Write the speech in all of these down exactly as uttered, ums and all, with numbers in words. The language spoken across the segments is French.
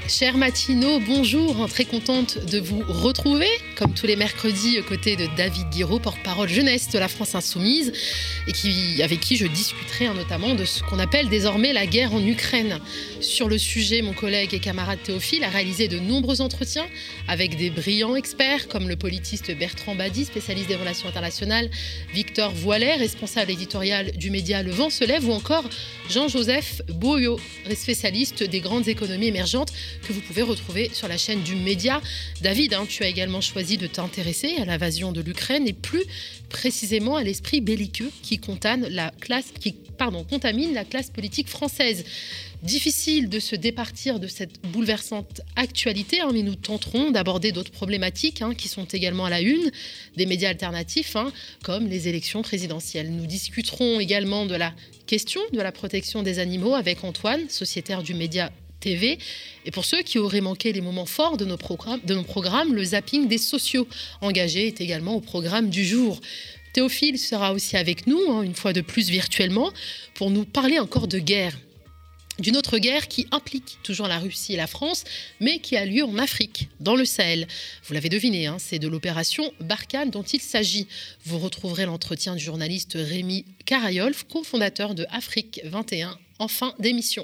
Chers matinaux, bonjour, très contente de vous retrouver, comme tous les mercredis, aux côtés de David Guiraud, porte-parole jeunesse de la France Insoumise, et qui, avec qui je discuterai hein, notamment de ce qu'on appelle désormais la guerre en Ukraine. Sur le sujet, mon collègue et camarade Théophile a réalisé de nombreux entretiens avec des brillants experts, comme le politiste Bertrand Badi, spécialiste des relations internationales, Victor Voilet, responsable éditorial du média Le Vent se lève, ou encore Jean-Joseph Boyot, spécialiste des grandes économies émergentes, que vous pouvez retrouver sur la chaîne du média. David, hein, tu as également choisi de t'intéresser à l'invasion de l'Ukraine et plus précisément à l'esprit belliqueux qui, contamine la classe, qui pardon, contamine la classe politique française. Difficile de se départir de cette bouleversante actualité, hein, mais nous tenterons d'aborder d'autres problématiques hein, qui sont également à la une des médias alternatifs, hein, comme les élections présidentielles. Nous discuterons également de la question de la protection des animaux avec Antoine, sociétaire du média T V. Et pour ceux qui auraient manqué les moments forts de nos programmes, de nos programmes, le zapping des sociaux engagés est également au programme du jour. Théophile sera aussi avec nous, hein, une fois de plus virtuellement, pour nous parler encore de guerre. D'une autre guerre qui implique toujours la Russie et la France, mais qui a lieu en Afrique, dans le Sahel. Vous l'avez deviné, hein, c'est de l'opération Barkhane dont il s'agit. Vous retrouverez l'entretien du journaliste Rémi Karayolf, cofondateur de Afrique vingt et un, en fin d'émission.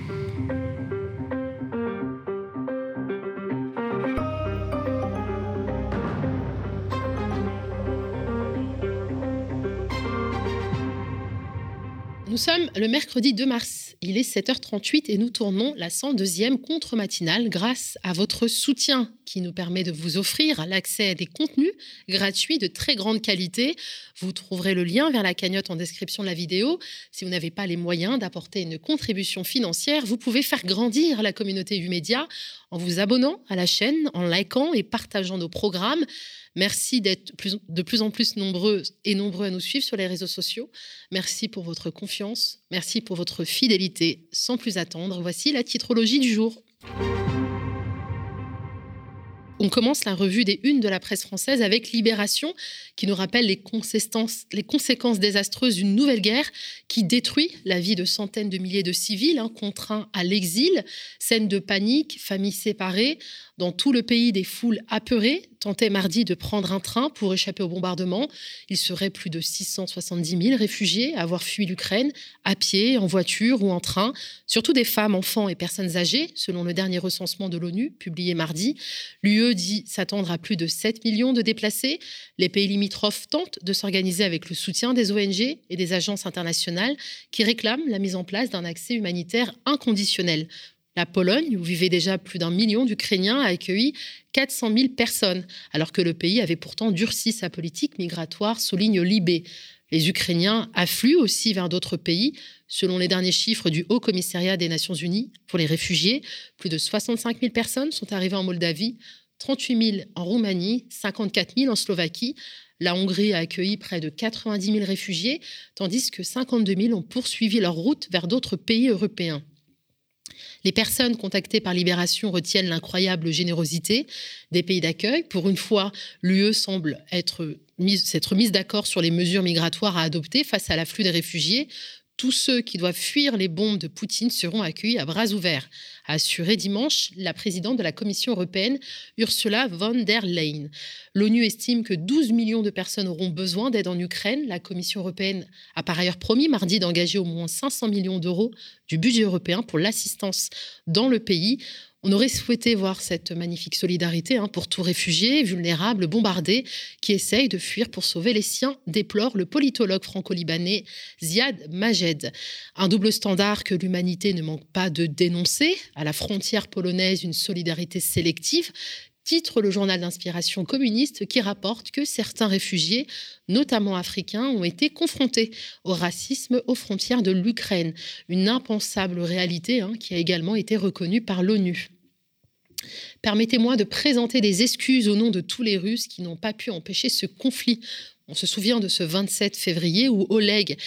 Nous sommes le mercredi deux mars, il est sept heures trente-huit et nous tournons la cent deuxième contre-matinale grâce à votre soutien qui nous permet de vous offrir l'accès à des contenus gratuits de très grande qualité. Vous trouverez le lien vers la cagnotte en description de la vidéo. Si vous n'avez pas les moyens d'apporter une contribution financière, vous pouvez faire grandir la communauté du média en vous abonnant à la chaîne, en likant et partageant nos programmes. Merci d'être plus, de plus en plus nombreux et nombreux à nous suivre sur les réseaux sociaux. Merci pour votre confiance. Merci pour votre fidélité. Sans plus attendre, voici la titrologie du jour. On commence la revue des unes de la presse française avec Libération, qui nous rappelle les conséquences, les conséquences désastreuses d'une nouvelle guerre qui détruit la vie de centaines de milliers de civils, hein, contraints à l'exil. Scènes de panique, familles séparées. Dans tout le pays, des foules apeurées tentaient mardi de prendre un train pour échapper au bombardement. Il serait plus de six cent soixante-dix mille réfugiés à avoir fui l'Ukraine, à pied, en voiture ou en train. Surtout des femmes, enfants et personnes âgées, selon le dernier recensement de l'ONU, publié mardi. L'U E dit s'attendre à plus de sept millions de déplacés. Les pays limitrophes tentent de s'organiser avec le soutien des O N G et des agences internationales qui réclament la mise en place d'un accès humanitaire inconditionnel. La Pologne, où vivait déjà plus d'un million d'Ukrainiens, a accueilli quatre cent mille personnes, alors que le pays avait pourtant durci sa politique migratoire, souligne Libé. Les Ukrainiens affluent aussi vers d'autres pays. Selon les derniers chiffres du Haut Commissariat des Nations Unies pour les réfugiés, plus de soixante-cinq mille personnes sont arrivées en Moldavie, trente-huit mille en Roumanie, cinquante-quatre mille en Slovaquie. La Hongrie a accueilli près de quatre-vingt-dix mille réfugiés, tandis que cinquante-deux mille ont poursuivi leur route vers d'autres pays européens. Les personnes contactées par Libération retiennent l'incroyable générosité des pays d'accueil. Pour une fois, l'U E semble être mise, s'être mise d'accord sur les mesures migratoires à adopter face à l'afflux des réfugiés. Tous ceux qui doivent fuir les bombes de Poutine seront accueillis à bras ouverts, a assuré dimanche la présidente de la Commission européenne, Ursula von der Leyen. L'ONU estime que douze millions de personnes auront besoin d'aide en Ukraine. La Commission européenne a par ailleurs promis mardi d'engager au moins cinq cents millions d'euros du budget européen pour l'assistance dans le pays. On aurait souhaité voir cette magnifique solidarité hein, pour tout réfugié, vulnérable, bombardé, qui essaye de fuir pour sauver les siens, déplore le politologue franco-libanais Ziad Majed. Un double standard que l'humanité ne manque pas de dénoncer. À la frontière polonaise, une solidarité sélective, titre le journal d'inspiration communiste qui rapporte que certains réfugiés, notamment africains, ont été confrontés au racisme aux frontières de l'Ukraine. Une impensable réalité hein, qui a également été reconnue par l'ONU. Permettez-moi de présenter des excuses au nom de tous les Russes qui n'ont pas pu empêcher ce conflit. On se souvient de ce vingt-sept février où Oleg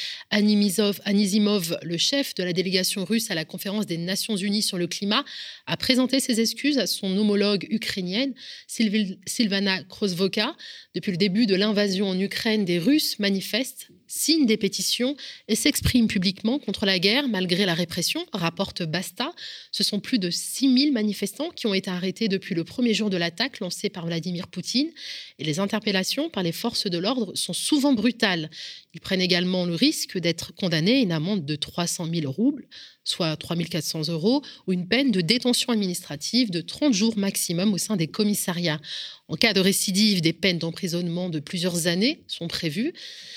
Anisimov, le chef de la délégation russe à la conférence des Nations Unies sur le climat, a présenté ses excuses à son homologue ukrainienne, Sylvana Krozvoka. Depuis le début de l'invasion en Ukraine, des Russes manifestent signent des pétitions et s'expriment publiquement contre la guerre malgré la répression, rapporte Basta. Ce sont plus de six mille manifestants qui ont été arrêtés depuis le premier jour de l'attaque lancée par Vladimir Poutine. Et les interpellations par les forces de l'ordre sont souvent brutales. Ils prennent également le risque d'être condamnés à une amende de trois cent mille roubles, soit trois mille quatre cents euros, ou une peine de détention administrative de trente jours maximum au sein des commissariats. En cas de récidive, des peines d'emprisonnement de plusieurs années sont prévues.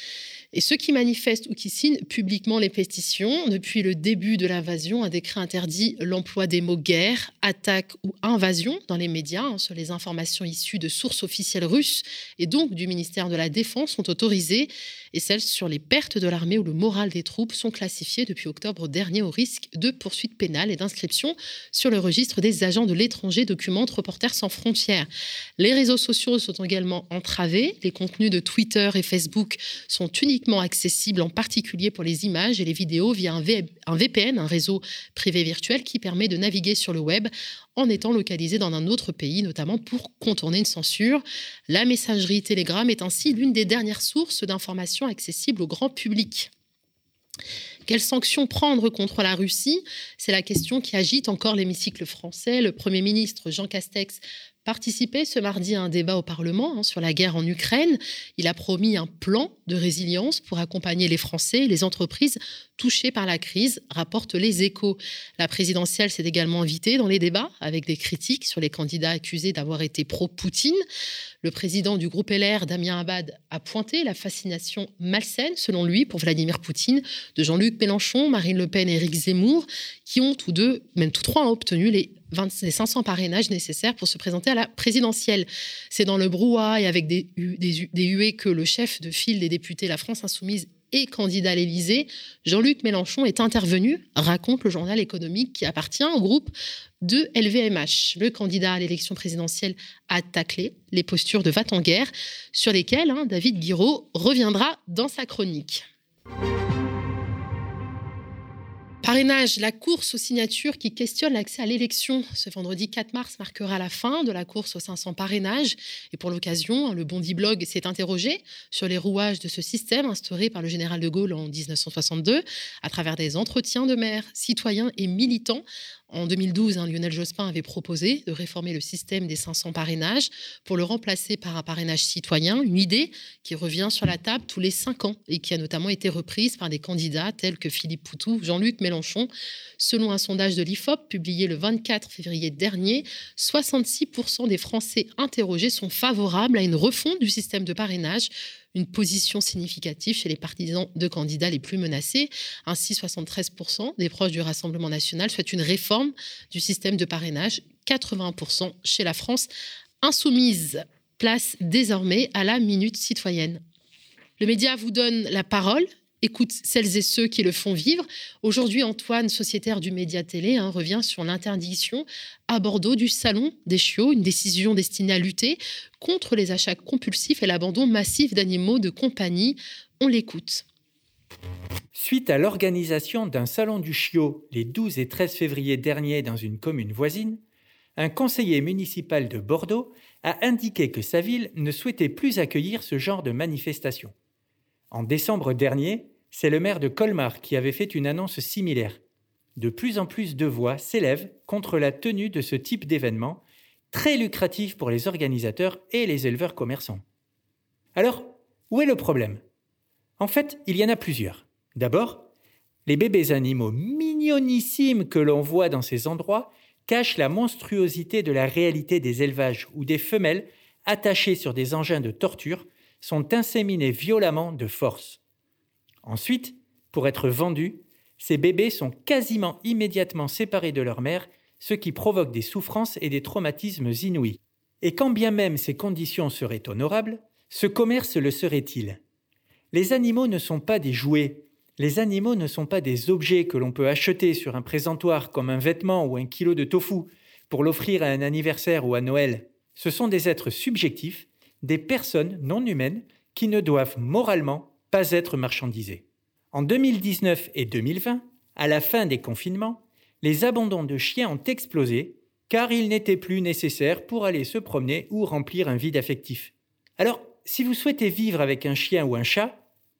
Et ceux qui manifestent ou qui signent publiquement les pétitions, depuis le début de l'invasion, un décret interdit l'emploi des mots guerre, attaque ou invasion dans les médias. Hein, sur les informations issues de sources officielles russes et donc du ministère de la Défense sont autorisées. Et celles sur les pertes de l'armée ou le moral des troupes sont classifiées depuis octobre dernier au risque de poursuites pénales et d'inscription sur le registre des agents de l'étranger, documente Reporters sans frontières. Les réseaux sociaux sont également entravés. Les contenus de Twitter et Facebook sont uniquement accessible, en particulier pour les images et les vidéos via un, v- un V P N, un réseau privé virtuel qui permet de naviguer sur le web en étant localisé dans un autre pays, notamment pour contourner une censure. La messagerie Telegram est ainsi l'une des dernières sources d'informations accessibles au grand public. Quelles sanctions prendre contre la Russie ? C'est la question qui agite encore l'hémicycle français. Le Premier ministre Jean Castex participait ce mardi à un débat au Parlement hein, sur la guerre en Ukraine. Il a promis un plan de résilience pour accompagner les Français et les entreprises touchées par la crise, rapportent Les Échos. La présidentielle s'est également invitée dans les débats avec des critiques sur les candidats accusés d'avoir été pro-Poutine. Le président du groupe L R, Damien Abad, a pointé la fascination malsaine, selon lui, pour Vladimir Poutine, de Jean-Luc Mélenchon, Marine Le Pen et Éric Zemmour, qui ont tous deux, même tous trois, ont obtenu les vingt, les cinq cents parrainages nécessaires pour se présenter à la présidentielle. C'est dans le brouhaha et avec des, des, des huées que le chef de file des députés La France Insoumise et candidat à l'Élysée, Jean-Luc Mélenchon, est intervenu, raconte le journal économique qui appartient au groupe de L V M H. Le candidat à l'élection présidentielle a taclé les postures de va-t-en-guerre sur lesquelles hein, David Guiraud reviendra dans sa chronique. Parrainage, la course aux signatures qui questionne l'accès à l'élection. Ce vendredi quatre mars marquera la fin de la course aux cinq cents parrainages. Et pour l'occasion, le Bondi Blog s'est interrogé sur les rouages de ce système instauré par le général de Gaulle en dix-neuf cent soixante-deux à travers des entretiens de maires, citoyens et militants. En deux mille douze, hein, Lionel Jospin avait proposé de réformer le système des cinq cents parrainages pour le remplacer par un parrainage citoyen, une idée qui revient sur la table tous les cinq ans et qui a notamment été reprise par des candidats tels que Philippe Poutou, Jean-Luc Mélenchon. Selon un sondage de l'I F O P publié le vingt-quatre février dernier, soixante-six pour cent des Français interrogés sont favorables à une refonte du système de parrainage, une position significative chez les partisans de candidats les plus menacés. Ainsi, soixante-treize pour cent des proches du Rassemblement national souhaitent une réforme du système de parrainage, quatre-vingts pour cent chez la France insoumise. Place désormais à la minute citoyenne. Le média vous donne la parole. Écoute celles et ceux qui le font vivre. Aujourd'hui, Antoine, sociétaire du Média Télé, hein, revient sur l'interdiction à Bordeaux du salon des chiots, une décision destinée à lutter contre les achats compulsifs et l'abandon massif d'animaux de compagnie. On l'écoute. Suite à l'organisation d'un salon du chiot les douze et treize février dernier dans une commune voisine, un conseiller municipal de Bordeaux a indiqué que sa ville ne souhaitait plus accueillir ce genre de manifestation. En décembre dernier, c'est le maire de Colmar qui avait fait une annonce similaire. De plus en plus de voix s'élèvent contre la tenue de ce type d'événement, très lucratif pour les organisateurs et les éleveurs commerçants. Alors, où est le problème ? En fait, il y en a plusieurs. D'abord, les bébés animaux mignonnissimes que l'on voit dans ces endroits cachent la monstruosité de la réalité des élevages où des femelles, attachées sur des engins de torture, sont inséminées violemment de force. Ensuite, pour être vendus, ces bébés sont quasiment immédiatement séparés de leur mère, ce qui provoque des souffrances et des traumatismes inouïs. Et quand bien même ces conditions seraient honorables, ce commerce le serait-il ? Les animaux ne sont pas des jouets. Les animaux ne sont pas des objets que l'on peut acheter sur un présentoir comme un vêtement ou un kilo de tofu pour l'offrir à un anniversaire ou à Noël. Ce sont des êtres subjectifs, des personnes non humaines qui ne doivent moralement pas être marchandisées. En deux mille dix-neuf et deux mille vingt, à la fin des confinements, les abandons de chiens ont explosé car ils n'étaient plus nécessaires pour aller se promener ou remplir un vide affectif. Alors, si vous souhaitez vivre avec un chien ou un chat,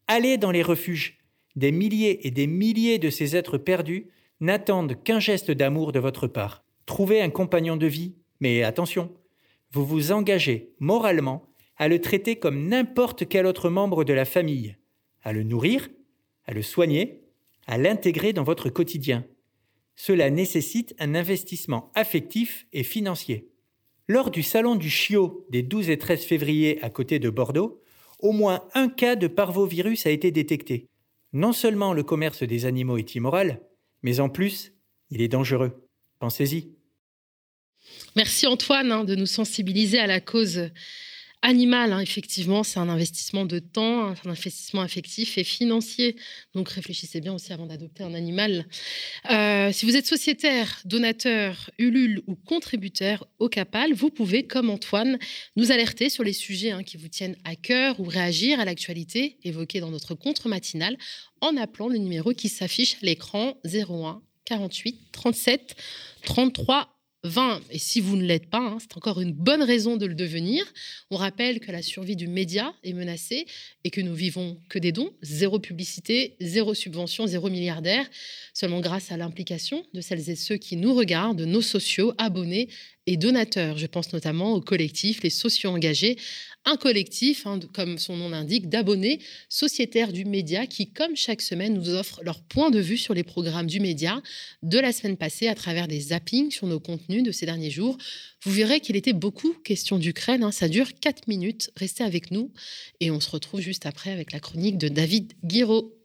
Allez dans les refuges. Des milliers et des milliers de ces êtres perdus n'attendent qu'un geste d'amour de votre part. Trouvez un compagnon de vie, mais attention, vous vous engagez moralement à le traiter comme n'importe quel autre membre de la famille, à le nourrir, à le soigner, à l'intégrer dans votre quotidien. Cela nécessite un investissement affectif et financier. Lors du salon du chiot des douze et treize février à côté de Bordeaux, au moins un cas de parvovirus a été détecté. Non seulement le commerce des animaux est immoral, mais en plus, il est dangereux. Pensez-y. Merci Antoine hein, de nous sensibiliser à la cause animale. Hein. Effectivement, c'est un investissement de temps, un investissement affectif et financier. Donc réfléchissez bien aussi avant d'adopter un animal. Euh, si vous êtes sociétaire, donateur, Ulule ou contributeur au CAPAL, vous pouvez, comme Antoine, nous alerter sur les sujets hein, qui vous tiennent à cœur ou réagir à l'actualité évoquée dans notre contre-matinale en appelant le numéro qui s'affiche à l'écran zéro un quarante-huit trente-sept trente-trois vingt. Et si vous ne l'êtes pas, hein, c'est encore une bonne raison de le devenir. On rappelle que la survie du média est menacée et que nous vivons que des dons, zéro publicité, zéro subvention, zéro milliardaire, seulement grâce à l'implication de celles et ceux qui nous regardent, de nos sociaux, abonnés et donateurs. Je pense notamment au collectif Les Sociaux Engagés, un collectif, hein, comme son nom l'indique, d'abonnés sociétaires du média qui, comme chaque semaine, nous offrent leur point de vue sur les programmes du média de la semaine passée à travers des zappings sur nos contenus de ces derniers jours. Vous verrez qu'il était beaucoup question d'Ukraine. Hein, ça dure quatre minutes. Restez avec nous et on se retrouve juste après avec la chronique de David Guiraud.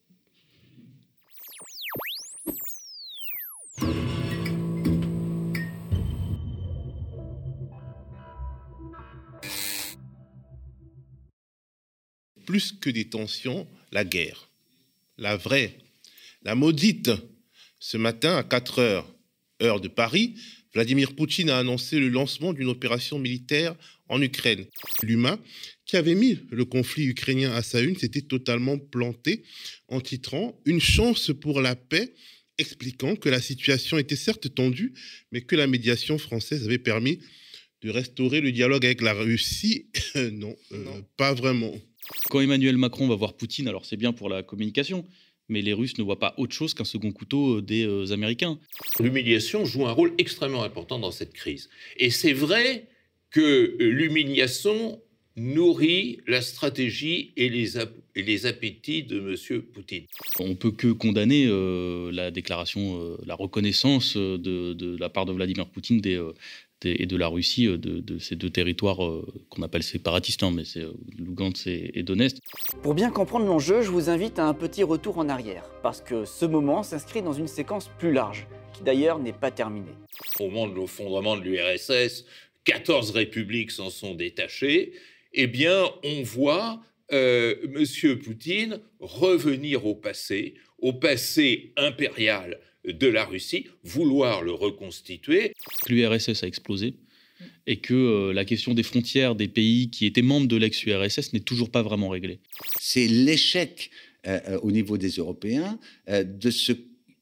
Plus que des tensions, la guerre. La vraie, la maudite. Ce matin, à quatre heures, heure de Paris, Vladimir Poutine a annoncé le lancement d'une opération militaire en Ukraine. L'humain qui avait mis le conflit ukrainien à sa une s'était totalement planté en titrant « Une chance pour la paix », expliquant que la situation était certes tendue, mais que la médiation française avait permis de restaurer le dialogue avec la Russie. non, euh, non, pas vraiment. Quand Emmanuel Macron va voir Poutine, alors c'est bien pour la communication, mais les Russes ne voient pas autre chose qu'un second couteau des euh, Américains. L'humiliation joue un rôle extrêmement important dans cette crise. Et c'est vrai que l'humiliation nourrit la stratégie et les, ap- et les appétits de M. Poutine. On ne peut que condamner euh, la déclaration, euh, la reconnaissance de, de la part de Vladimir Poutine des... Euh, et de la Russie, de, de ces deux territoires euh, qu'on appelle séparatistes, hein, mais c'est euh, Lugansk et, et Donetsk. Pour bien comprendre l'enjeu, je vous invite à un petit retour en arrière, parce que ce moment s'inscrit dans une séquence plus large, qui d'ailleurs n'est pas terminée. Au moment de l'effondrement de l'U R S S, quatorze républiques s'en sont détachées. Eh bien, on voit euh, M. Poutine revenir au passé, au passé impérial de la Russie, vouloir le reconstituer. L'U R S S a explosé et que euh, la question des frontières des pays qui étaient membres de l'ex-U R S S n'est toujours pas vraiment réglée. C'est l'échec euh, au niveau des Européens euh, de se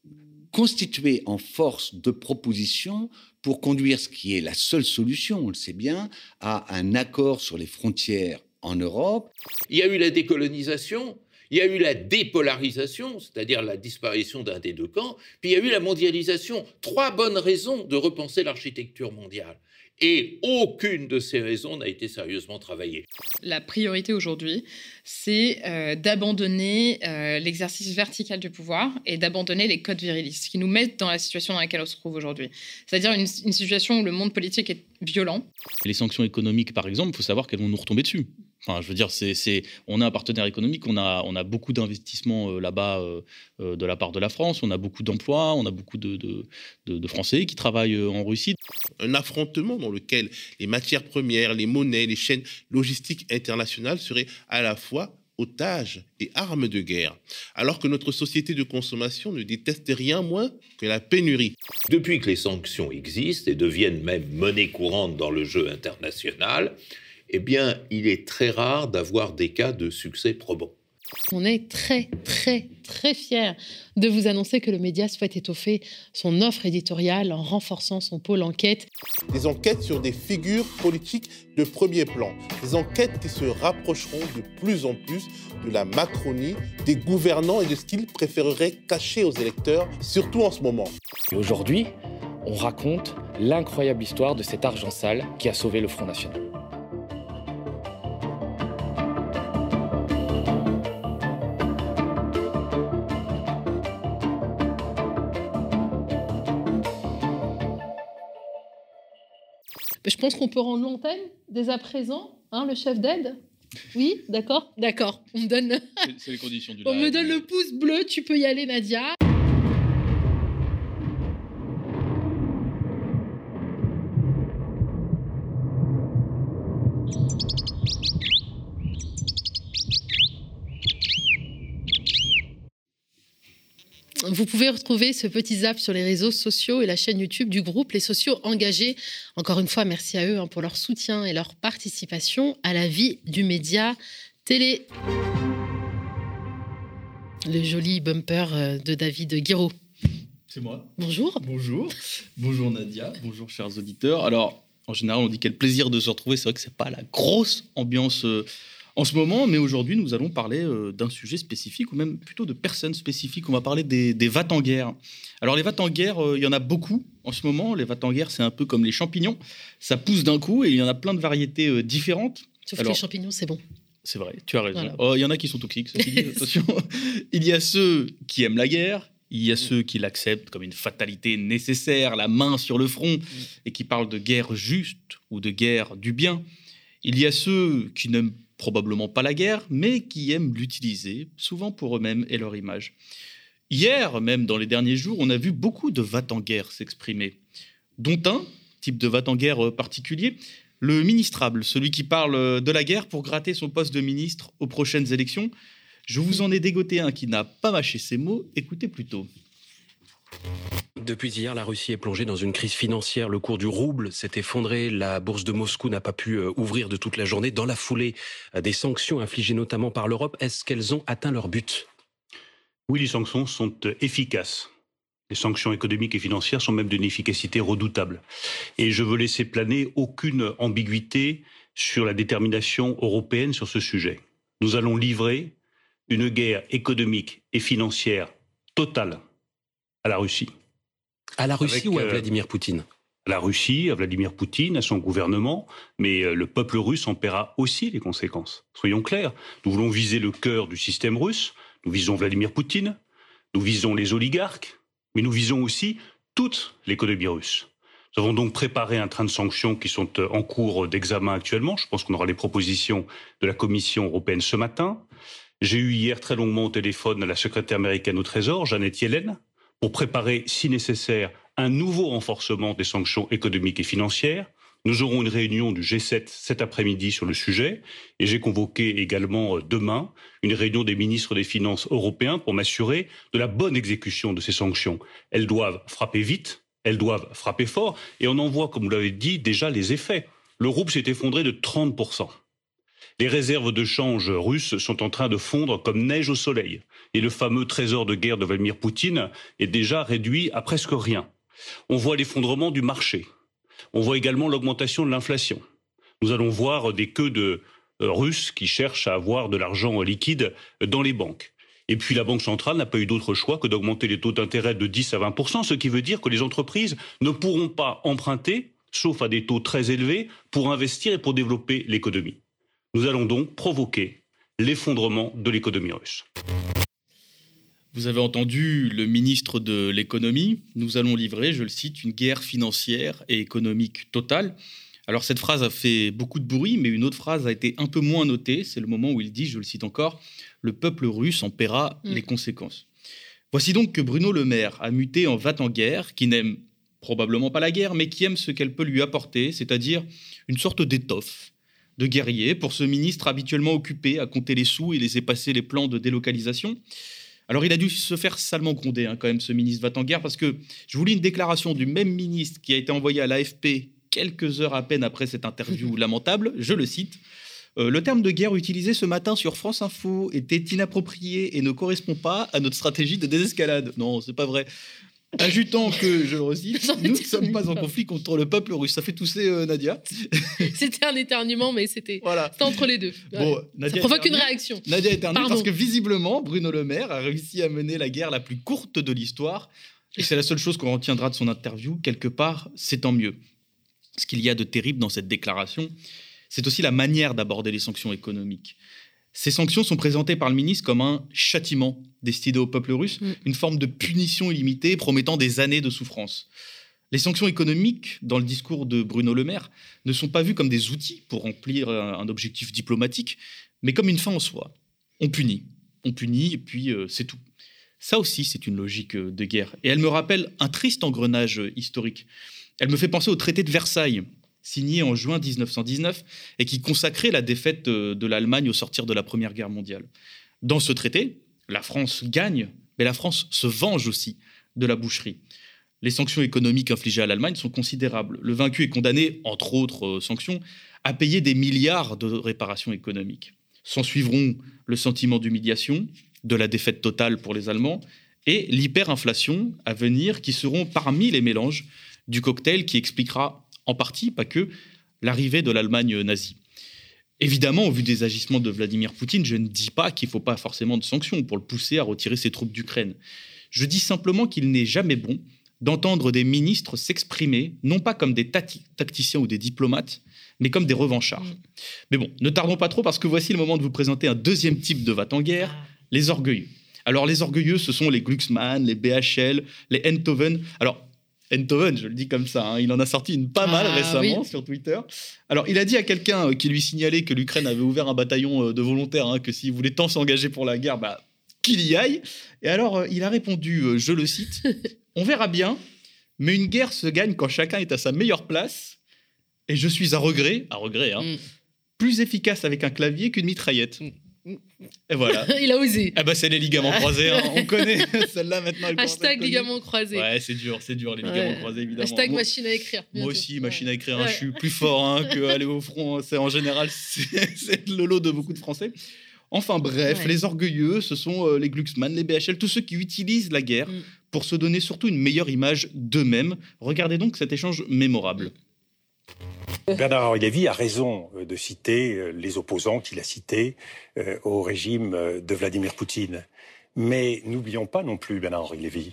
constituer en force de proposition pour conduire ce qui est la seule solution, on le sait bien, à un accord sur les frontières en Europe. Il y a eu la décolonisation. Il y a eu la dépolarisation, c'est-à-dire la disparition d'un des deux camps, puis il y a eu la mondialisation. Trois bonnes raisons de repenser l'architecture mondiale. Et aucune de ces raisons n'a été sérieusement travaillée. La priorité aujourd'hui, c'est euh, d'abandonner euh, l'exercice vertical du pouvoir et d'abandonner les codes virilistes qui nous mettent dans la situation dans laquelle on se trouve aujourd'hui. C'est-à-dire une, une situation où le monde politique est violent. Les sanctions économiques, par exemple, il faut savoir qu'elles vont nous retomber dessus. Enfin, je veux dire, c'est, c'est, on a un partenaire économique, on a, on a beaucoup d'investissements euh, là-bas euh, euh, de la part de la France, on a beaucoup d'emplois, on a beaucoup de, de, de, de Français qui travaillent euh, en Russie. Un affrontement dans lequel les matières premières, les monnaies, les chaînes logistiques internationales seraient à la fois otages et armes de guerre, alors que notre société de consommation ne déteste rien moins que la pénurie. Depuis que les sanctions existent et deviennent même monnaie courante dans le jeu international, eh bien, il est très rare d'avoir des cas de succès probants. On est très, très, très fiers de vous annoncer que le média souhaite étoffer son offre éditoriale en renforçant son pôle enquête. Des enquêtes sur des figures politiques de premier plan. Des enquêtes qui se rapprocheront de plus en plus de la Macronie, des gouvernants et de ce qu'ils préféreraient cacher aux électeurs, surtout en ce moment. Et aujourd'hui, on raconte l'incroyable histoire de cet argent sale qui a sauvé le Front National. Je pense qu'on peut rendre l'antenne dès à présent, hein, le chef d'aide. Oui, d'accord, d'accord. On me donne, c'est, c'est les conditions du on live, me donne mais... le pouce bleu. Tu peux y aller, Nadia. Vous pouvez retrouver ce petit zap sur les réseaux sociaux et la chaîne YouTube du groupe Les Sociaux Engagés. Encore une fois, merci à eux hein, pour leur soutien et leur participation à la vie du média télé. Le joli bumper de David Guiraud. C'est moi. Bonjour. Bonjour. Bonjour Nadia. Bonjour chers auditeurs. Alors, en général, on dit quel plaisir de se retrouver. C'est vrai que c'est pas la grosse ambiance euh, en ce moment, mais aujourd'hui, nous allons parler euh, d'un sujet spécifique, ou même plutôt de personnes spécifiques. On va parler des, des va-t-en-guerre. Alors, les va-t-en-guerre, euh, il y en a beaucoup en ce moment. Les va-t-en-guerre, c'est un peu comme les champignons. Ça pousse d'un coup et il y en a plein de variétés euh, différentes. Sauf Alors, que les champignons, c'est bon. C'est vrai, tu as raison. Voilà. Oh, il y en a qui sont toxiques, ceci dit, attention. Il y a ceux qui aiment la guerre. Il y a ceux qui l'acceptent comme une fatalité nécessaire, la main sur le front, et qui parlent de guerre juste ou de guerre du bien. Il y a ceux qui n'aiment probablement pas la guerre, mais qui aiment l'utiliser, souvent pour eux-mêmes et leur image. Hier, même dans les derniers jours, on a vu beaucoup de va-t-en-guerre s'exprimer, dont un type de va-t-en-guerre particulier, le ministrable, celui qui parle de la guerre pour gratter son poste de ministre aux prochaines élections. Je vous en ai dégoté un qui n'a pas mâché ses mots. Écoutez plutôt. Depuis hier, la Russie est plongée dans une crise financière. Le cours du rouble s'est effondré. La bourse de Moscou n'a pas pu ouvrir de toute la journée. Dans la foulée des sanctions infligées notamment par l'Europe, est-ce qu'elles ont atteint leur but ? Oui, les sanctions sont efficaces. Les sanctions économiques et financières sont même d'une efficacité redoutable. Et je veux laisser planer aucune ambiguïté sur la détermination européenne sur ce sujet. Nous allons livrer une guerre économique et financière totale à la Russie. À la Russie Avec, ou à euh, Vladimir Poutine ? À la Russie, à Vladimir Poutine, à son gouvernement, mais euh, le peuple russe en paiera aussi les conséquences. Soyons clairs, nous voulons viser le cœur du système russe, nous visons Vladimir Poutine, nous visons les oligarques, mais nous visons aussi toute l'économie russe. Nous avons donc préparé un train de sanctions qui sont en cours d'examen actuellement. Je pense qu'on aura les propositions de la Commission européenne ce matin. J'ai eu hier très longuement au téléphone la secrétaire américaine au Trésor, Janet Yellen, pour préparer, si nécessaire, un nouveau renforcement des sanctions économiques et financières. Nous aurons une réunion du G sept cet après-midi sur le sujet et j'ai convoqué également demain une réunion des ministres des Finances européens pour m'assurer de la bonne exécution de ces sanctions. Elles doivent frapper vite, elles doivent frapper fort et on en voit, comme vous l'avez dit, déjà les effets. Le rouble s'est effondré de trente pour cent. Les réserves de change russes sont en train de fondre comme neige au soleil. Et le fameux trésor de guerre de Vladimir Poutine est déjà réduit à presque rien. On voit l'effondrement du marché. On voit également l'augmentation de l'inflation. Nous allons voir des queues de euh, Russes qui cherchent à avoir de l'argent liquide dans les banques. Et puis la Banque centrale n'a pas eu d'autre choix que d'augmenter les taux d'intérêt de dix à vingt pour cent, ce qui veut dire que les entreprises ne pourront pas emprunter, sauf à des taux très élevés, pour investir et pour développer l'économie. Nous allons donc provoquer l'effondrement de l'économie russe. Vous avez entendu le ministre de l'économie. Nous allons livrer, je le cite, une guerre financière et économique totale. Alors cette phrase a fait beaucoup de bruit, mais une autre phrase a été un peu moins notée. C'est le moment où il dit, je le cite encore, « Le peuple russe en paiera mmh. les conséquences ». Voici donc que Bruno Le Maire a muté en va-t-en-guerre, qui n'aime probablement pas la guerre, mais qui aime ce qu'elle peut lui apporter, c'est-à-dire une sorte d'étoffe de guerrier pour ce ministre habituellement occupé à compter les sous et laisser passer les plans de délocalisation. Alors il a dû se faire salement gronder hein, quand même ce ministre va-t-en-guerre, parce que je vous lis une déclaration du même ministre qui a été envoyée à l'A F P quelques heures à peine après cette interview lamentable. Je le cite. Euh, le terme de guerre utilisé ce matin sur France Info était inapproprié et ne correspond pas à notre stratégie de désescalade. Non, c'est pas vrai. Ajoutant que, je le redis, nous ne sommes pas en conflit contre le peuple russe. Ça fait tousser euh, Nadia. C'était un éternuement, mais c'était voilà. entre les deux. Bon, ouais. Nadia Ça provoque éternue. une réaction. Nadia éternue Pardon. parce que visiblement, Bruno Le Maire a réussi à mener la guerre la plus courte de l'histoire. Et c'est la seule chose qu'on retiendra de son interview. Quelque part, c'est tant mieux. Ce qu'il y a de terrible dans cette déclaration, c'est aussi la manière d'aborder les sanctions économiques. Ces sanctions sont présentées par le ministre comme un châtiment destiné au peuple russe, mmh. une forme de punition illimitée promettant des années de souffrance. Les sanctions économiques, dans le discours de Bruno Le Maire, ne sont pas vues comme des outils pour remplir un objectif diplomatique, mais comme une fin en soi. On punit, on punit et puis euh, c'est tout. Ça aussi, c'est une logique de guerre. Et elle me rappelle un triste engrenage historique. Elle me fait penser au traité de Versailles, signé en juin dix-neuf cent dix-neuf et qui consacrait la défaite de l'Allemagne au sortir de la Première Guerre mondiale. Dans ce traité, la France gagne, mais la France se venge aussi de la boucherie. Les sanctions économiques infligées à l'Allemagne sont considérables. Le vaincu est condamné, entre autres sanctions, à payer des milliards de réparations économiques. S'en suivront le sentiment d'humiliation, de la défaite totale pour les Allemands et l'hyperinflation à venir qui seront parmi les mélanges du cocktail qui expliquera en partie, pas que, l'arrivée de l'Allemagne nazie. Évidemment, au vu des agissements de Vladimir Poutine, je ne dis pas qu'il ne faut pas forcément de sanctions pour le pousser à retirer ses troupes d'Ukraine. Je dis simplement qu'il n'est jamais bon d'entendre des ministres s'exprimer, non pas comme des tati- tacticiens ou des diplomates, mais comme des revanchards. Mmh. Mais bon, ne tardons pas trop parce que voici le moment de vous présenter un deuxième type de va-t-en-guerre, ah. les orgueilleux. Alors, les orgueilleux, ce sont les Glucksmann, les B H L, les Enthoven. Alors, Enthoven, je le dis comme ça, hein, il en a sorti une pas mal ah, récemment oui. sur Twitter. Alors, il a dit à quelqu'un qui lui signalait que l'Ukraine avait ouvert un bataillon de volontaires, hein, que s'il voulait tant s'engager pour la guerre, bah, qu'il y aille. Et alors, il a répondu, je le cite, « On verra bien, mais une guerre se gagne quand chacun est à sa meilleure place. Et je suis à regret, à regret, hein, mm. plus efficace avec un clavier qu'une mitraillette. Mm. » Et voilà. Il a osé. Ah bah c'est les ligaments croisés, hein. On connaît celle-là maintenant. Hashtag ligaments croisés. Ouais, c'est dur, c'est dur les ligaments ouais. croisés évidemment. Hashtag moi, machine à écrire. Moi aussi, machine ouais. à écrire. Hein, ouais. Je suis plus fort hein, qu'aller au front. C'est en général c'est, c'est le lot de beaucoup de Français. Enfin bref, ouais. les orgueilleux, ce sont euh, les Glucksmann, les B H L, tous ceux qui utilisent la guerre mm. pour se donner surtout une meilleure image d'eux-mêmes. Regardez donc cet échange mémorable. Mm. Bernard-Henri Lévy a raison de citer les opposants qu'il a cités au régime de Vladimir Poutine. Mais n'oublions pas non plus, Bernard-Henri Lévy,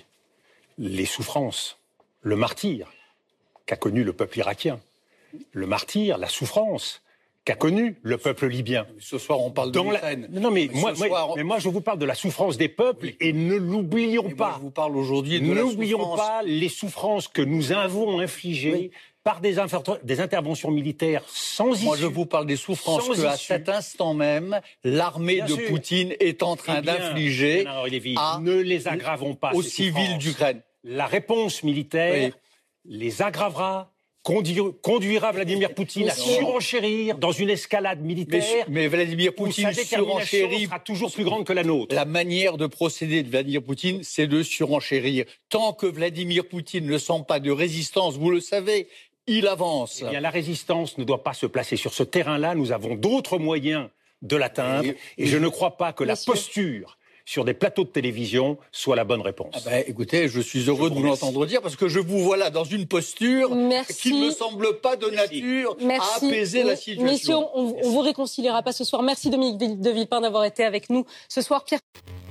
les souffrances, le martyre qu'a connu le peuple irakien, le martyre, la souffrance qu'a connu le peuple libyen. Ce soir, on parle de Dans l'Ukraine. La... Non, mais, mais, moi, soir, moi, on... mais moi, je vous parle de la souffrance des peuples oui. et ne l'oublions et pas. Moi, je vous parle aujourd'hui de N'oublions la souffrance. pas les souffrances que nous avons infligées oui. par des, infer- des interventions militaires sans issue. Moi, je vous parle des souffrances qu'à cet instant même, l'armée bien de sûr. Poutine est en train eh bien, d'infliger Lévy, à ne les aggravons pas, aux civils d'Ukraine. La réponse militaire oui. les aggravera, conduira, conduira Vladimir Poutine à surenchérir dans une escalade militaire. Mais, mais Vladimir Poutine surenchérit sera toujours plus grande que la nôtre. La manière de procéder de Vladimir Poutine, c'est de surenchérir. Tant que Vladimir Poutine ne sent pas de résistance, vous le savez, il avance. Eh bien, la résistance ne doit pas se placer sur ce terrain-là. Nous avons d'autres moyens de l'atteindre. Et, et je ne crois pas que la posture sur des plateaux de télévision soit la bonne réponse. Ah ben, écoutez, je suis heureux je de vous l'entendre dire parce que je vous vois là dans une posture Merci. qui ne me semble pas de nature Merci. à apaiser oui. la situation. Mission, on ne vous réconciliera pas ce soir. Merci Dominique de Villepin d'avoir été avec nous ce soir. Pierre.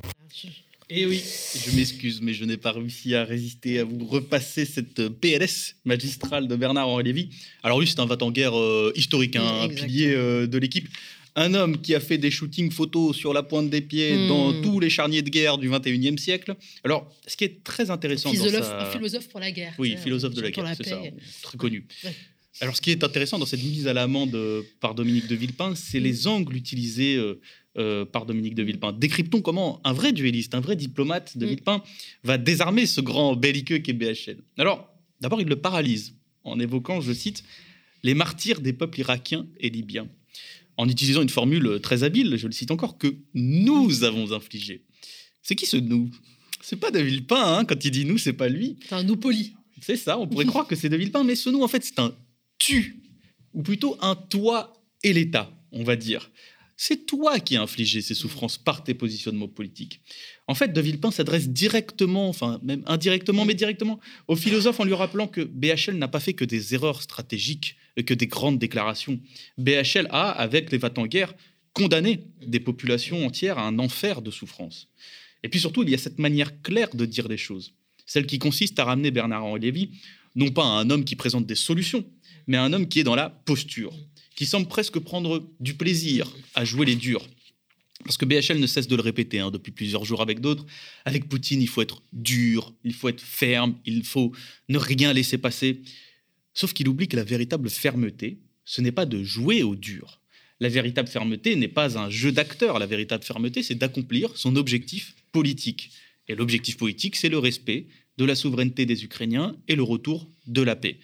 Et oui, je m'excuse, mais je n'ai pas réussi à résister à vous repasser cette P L S magistrale de Bernard-Henri Lévy. Alors lui, c'est un va-t-en-guerre euh, historique, hein, un pilier euh, de l'équipe. Un homme qui a fait des shootings photos sur la pointe des pieds mmh. dans tous les charniers de guerre du vingt et unième siècle. Alors, ce qui est très intéressant philosophe, dans sa... philosophe pour la guerre. Oui, philosophe de la guerre, la c'est paix. ça, très connu. Ouais. Alors, ce qui est intéressant dans cette mise à l'amende par Dominique de Villepin, c'est mmh. les angles utilisés euh, euh, par Dominique de Villepin. Décryptons comment un vrai duelliste, un vrai diplomate de mmh. Villepin va désarmer ce grand belliqueux qu'est B H L. Alors, d'abord, il le paralyse en évoquant, je cite, « les martyrs des peuples irakiens et libyens ». En utilisant une formule très habile, je le cite encore, que nous avons infligé. C'est qui ce nous ? C'est pas de Villepin, hein, quand il dit nous, c'est pas lui. C'est un nous poli. C'est ça, on pourrait croire que c'est de Villepin, mais ce nous, en fait, c'est un tu, ou plutôt un toi et l'État. on va dire. C'est toi qui as infligé ces souffrances par tes positionnements politiques. En fait, De Villepin s'adresse directement, enfin même indirectement, mais directement, au philosophe en lui rappelant que B H L n'a pas fait que des erreurs stratégiques, que des grandes déclarations. B H L a, avec les va-t-en-guerre, condamné des populations entières à un enfer de souffrance. Et puis surtout, il y a cette manière claire de dire les choses, celle qui consiste à ramener Bernard-Henri Lévy, non pas à un homme qui présente des solutions, mais à un homme qui est dans la posture, qui semble presque prendre du plaisir à jouer les durs. Parce que B H L ne cesse de le répéter hein, depuis plusieurs jours avec d'autres. Avec Poutine, il faut être dur, il faut être ferme, il faut ne rien laisser passer. Sauf qu'il oublie que la véritable fermeté, ce n'est pas de jouer au dur. La véritable fermeté n'est pas un jeu d'acteur. La véritable fermeté, c'est d'accomplir son objectif politique. Et l'objectif politique, c'est le respect de la souveraineté des Ukrainiens et le retour de la paix.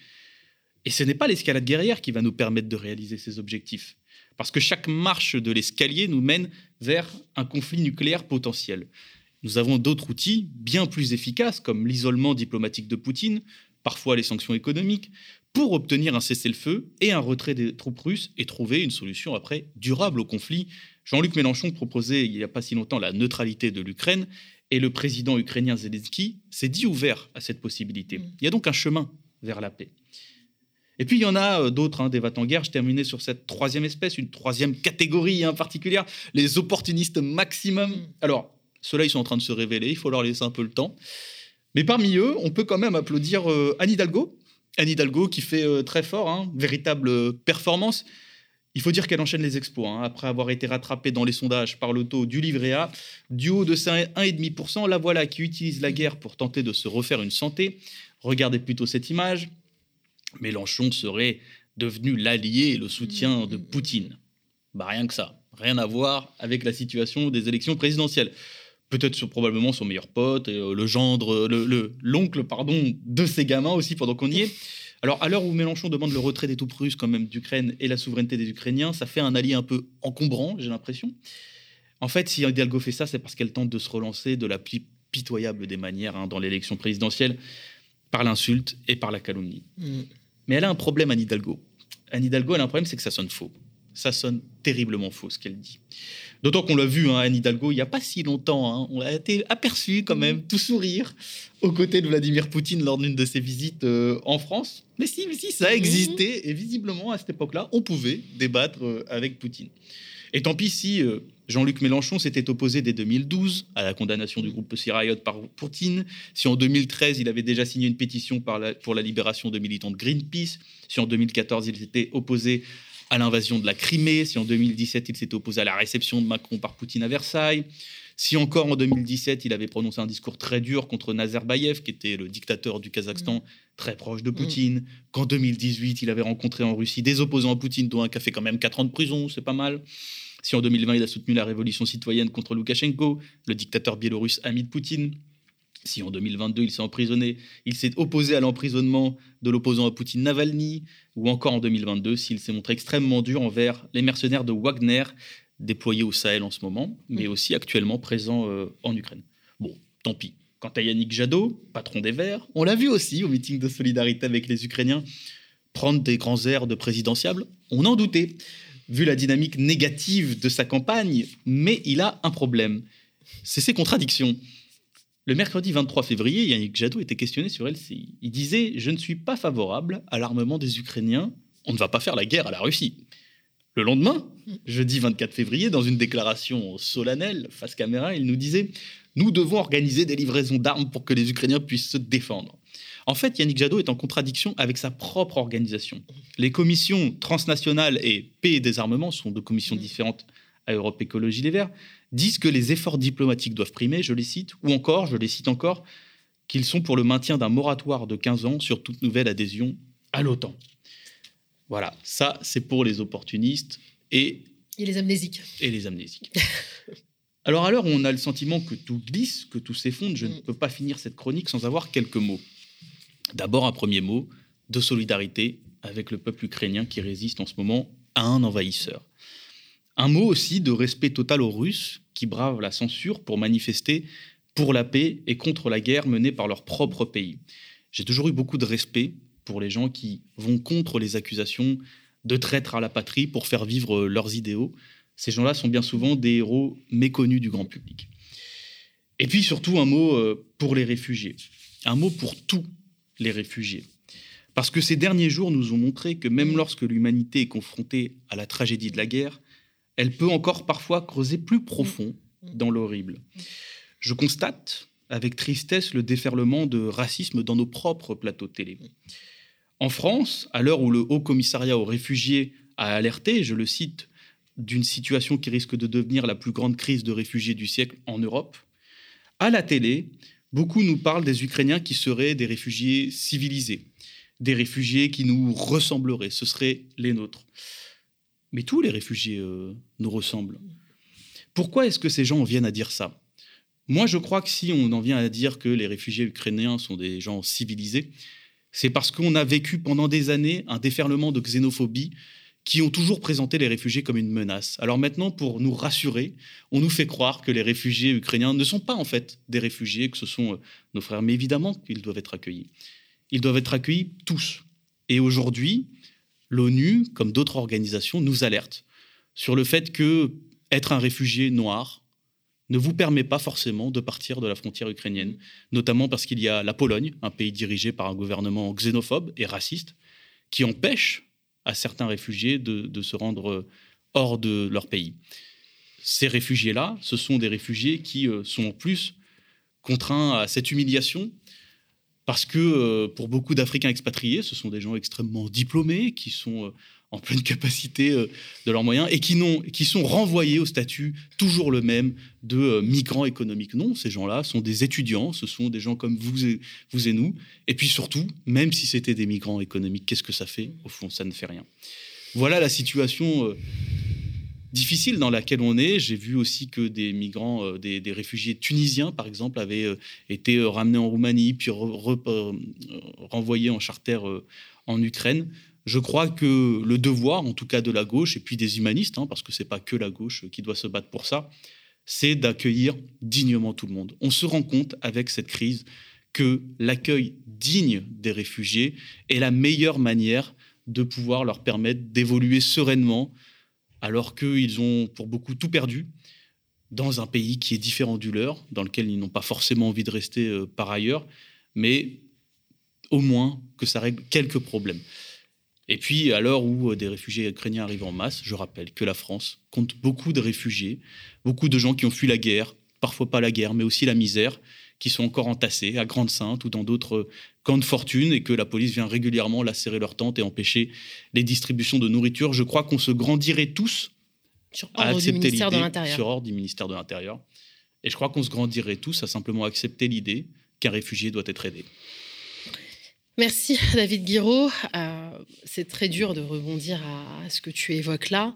Et ce n'est pas l'escalade guerrière qui va nous permettre de réaliser ces objectifs. Parce que chaque marche de l'escalier nous mène vers un conflit nucléaire potentiel. Nous avons d'autres outils bien plus efficaces, comme l'isolement diplomatique de Poutine, parfois les sanctions économiques, pour obtenir un cessez-le-feu et un retrait des troupes russes et trouver une solution après durable au conflit. Jean-Luc Mélenchon proposait il n'y a pas si longtemps la neutralité de l'Ukraine et le président ukrainien Zelensky s'est dit ouvert à cette possibilité. Il y a donc un chemin vers la paix. Et puis il y en a d'autres, hein, des va-t-en-guerre. Je terminais sur cette troisième espèce, une troisième catégorie hein, particulière, les opportunistes maximum. Alors, ceux-là, ils sont en train de se révéler, il faut leur laisser un peu le temps. Mais parmi eux, on peut quand même applaudir euh, Anne Hidalgo. Anne Hidalgo qui fait euh, très fort, hein, véritable euh, performance. Il faut dire qu'elle enchaîne les exploits. Hein. Après avoir été rattrapée dans les sondages par le taux du livret A, du haut de un virgule cinq pour cent, la voilà qui utilise la guerre pour tenter de se refaire une santé. Regardez plutôt cette image. Mélenchon serait devenu l'allié et le soutien de Poutine. Bah, rien que ça. Rien à voir avec la situation des élections présidentielles. Peut-être sur, probablement son meilleur pote, et, euh, le gendre, le, le, l'oncle pardon, de ses gamins aussi, pendant qu'on y est. Alors, à l'heure où Mélenchon demande le retrait des troupes russes quand même d'Ukraine et la souveraineté des Ukrainiens, ça fait un allié un peu encombrant, j'ai l'impression. En fait, si Hidalgo fait ça, c'est parce qu'elle tente de se relancer de la plus pitoyable des manières hein, dans l'élection présidentielle, par l'insulte et par la calomnie. Mmh. Mais elle a un problème, Anne Hidalgo. Anne Hidalgo, elle a un problème, c'est que ça sonne faux. Ça sonne terriblement faux, ce qu'elle dit. D'autant qu'on l'a vu, hein, Anne Hidalgo, il n'y a pas si longtemps, hein, on a été aperçu quand même, tout sourire, aux côtés de Vladimir Poutine lors d'une de ses visites euh, en France. Mais si, mais si, ça a existé, et visiblement, à cette époque-là, on pouvait débattre euh, avec Poutine. Et tant pis si euh, Jean-Luc Mélenchon s'était opposé dès deux mille douze à la condamnation du groupe Pussy Riot par Poutine, si en deux mille treize, il avait déjà signé une pétition par la, pour la libération de militants de Greenpeace, si en deux mille quatorze, il s'était opposé à l'invasion de la Crimée, si en deux mille dix-sept, il s'était opposé à la réception de Macron par Poutine à Versailles, si encore en deux mille dix-sept, il avait prononcé un discours très dur contre Nazarbayev, qui était le dictateur du Kazakhstan, mmh. très proche de Poutine, mmh. qu'en deux mille dix-huit, il avait rencontré en Russie des opposants à Poutine, dont un qui a fait quand même quatre ans de prison, c'est pas mal. Si en deux mille vingt, il a soutenu la révolution citoyenne contre Loukachenko, le dictateur biélorusse ami de Poutine. Si en deux mille vingt-deux, il s'est emprisonné, il s'est opposé à l'emprisonnement de l'opposant à Poutine Navalny, ou encore en deux mille vingt-deux, s'il s'est montré extrêmement dur envers les mercenaires de Wagner, déployés au Sahel en ce moment, mais aussi actuellement présents euh, en Ukraine. Bon, tant pis. Quant à Yannick Jadot, patron des Verts, on l'a vu aussi au meeting de solidarité avec les Ukrainiens, prendre des grands airs de présidentiable, on en doutait, vu la dynamique négative de sa campagne, mais il a un problème. C'est ses contradictions. Le mercredi vingt-trois février, Yannick Jadot était questionné sur L C I. Il disait « Je ne suis pas favorable à l'armement des Ukrainiens. On ne va pas faire la guerre à la Russie. » Le lendemain, jeudi vingt-quatre février, dans une déclaration solennelle, face caméra, il nous disait « Nous devons organiser des livraisons d'armes pour que les Ukrainiens puissent se défendre. » En fait, Yannick Jadot est en contradiction avec sa propre organisation. Les commissions transnationales et paix et désarmement sont deux commissions différentes à Europe Écologie Les Verts, disent que les efforts diplomatiques doivent primer, je les cite, ou encore, je les cite encore, qu'ils sont pour le maintien d'un moratoire de quinze ans sur toute nouvelle adhésion à l'OTAN. Voilà, ça, c'est pour les opportunistes et... Et les amnésiques. Et les amnésiques. Alors, à l'heure où on a le sentiment que tout glisse, que tout s'effondre, je mm. ne peux pas finir cette chronique sans avoir quelques mots. D'abord, un premier mot de solidarité avec le peuple ukrainien qui résiste en ce moment à un envahisseur. Un mot aussi de respect total aux Russes qui bravent la censure pour manifester pour la paix et contre la guerre menée par leur propre pays. J'ai toujours eu beaucoup de respect pour les gens qui vont contre les accusations de traîtres à la patrie pour faire vivre leurs idéaux. Ces gens-là sont bien souvent des héros méconnus du grand public. Et puis surtout un mot pour les réfugiés, un mot pour tous les réfugiés. Parce que ces derniers jours nous ont montré que même lorsque l'humanité est confrontée à la tragédie de la guerre, elle peut encore parfois creuser plus profond dans l'horrible. Je constate avec tristesse le déferlement de racisme dans nos propres plateaux de télé. En France, à l'heure où le Haut Commissariat aux réfugiés a alerté, je le cite, d'une situation qui risque de devenir la plus grande crise de réfugiés du siècle en Europe, à la télé, beaucoup nous parlent des Ukrainiens qui seraient des réfugiés civilisés, des réfugiés qui nous ressembleraient, ce seraient les nôtres. Mais tous les réfugiés euh, nous ressemblent. Pourquoi est-ce que ces gens en viennent à dire ça ? Moi, je crois que si on en vient à dire que les réfugiés ukrainiens sont des gens civilisés, c'est parce qu'on a vécu pendant des années un déferlement de xénophobie qui ont toujours présenté les réfugiés comme une menace. Alors maintenant, pour nous rassurer, on nous fait croire que les réfugiés ukrainiens ne sont pas en fait des réfugiés, que ce sont euh, nos frères. Mais évidemment qu'ils doivent être accueillis. Ils doivent être accueillis tous. Et aujourd'hui, l'ONU, comme d'autres organisations, nous alerte sur le fait que être un réfugié noir ne vous permet pas forcément de partir de la frontière ukrainienne, notamment parce qu'il y a la Pologne, un pays dirigé par un gouvernement xénophobe et raciste, qui empêche à certains réfugiés de, de se rendre hors de leur pays. Ces réfugiés-là, ce sont des réfugiés qui euh, sont en plus contraints à cette humiliation parce que euh, pour beaucoup d'Africains expatriés, ce sont des gens extrêmement diplômés qui sont euh, en pleine capacité euh, de leurs moyens et qui, n'ont, qui sont renvoyés au statut toujours le même de euh, migrants économiques. Non, ces gens-là sont des étudiants, ce sont des gens comme vous et, vous et nous. Et puis surtout, même si c'était des migrants économiques, qu'est-ce que ça fait ? Au fond, ça ne fait rien. Voilà la situation euh, difficile dans laquelle on est. J'ai vu aussi que des migrants, euh, des, des réfugiés tunisiens, par exemple, avaient euh, été euh, ramenés en Roumanie, puis re, re, euh, renvoyés en charter euh, en Ukraine. Je crois que le devoir, en tout cas de la gauche, et puis des humanistes, hein, parce que ce n'est pas que la gauche qui doit se battre pour ça, c'est d'accueillir dignement tout le monde. On se rend compte avec cette crise que l'accueil digne des réfugiés est la meilleure manière de pouvoir leur permettre d'évoluer sereinement, alors qu'ils ont pour beaucoup tout perdu, dans un pays qui est différent du leur, dans lequel ils n'ont pas forcément envie de rester euh, par ailleurs, mais au moins que ça règle quelques problèmes. Et puis, à l'heure où des réfugiés ukrainiens arrivent en masse, je rappelle que la France compte beaucoup de réfugiés, beaucoup de gens qui ont fui la guerre, parfois pas la guerre, mais aussi la misère, qui sont encore entassés à Grande-Synthe ou dans d'autres camps de fortune, et que la police vient régulièrement lacérer leurs tentes et empêcher les distributions de nourriture. Je crois qu'on se grandirait tous sur à ordre accepter du ministère l'idée, de l'Intérieur. sur ordre du ministère de l'Intérieur. Et je crois qu'on se grandirait tous à simplement accepter l'idée qu'un réfugié doit être aidé. Merci David Guiraud. Euh, c'est très dur de rebondir à, à ce que tu évoques là.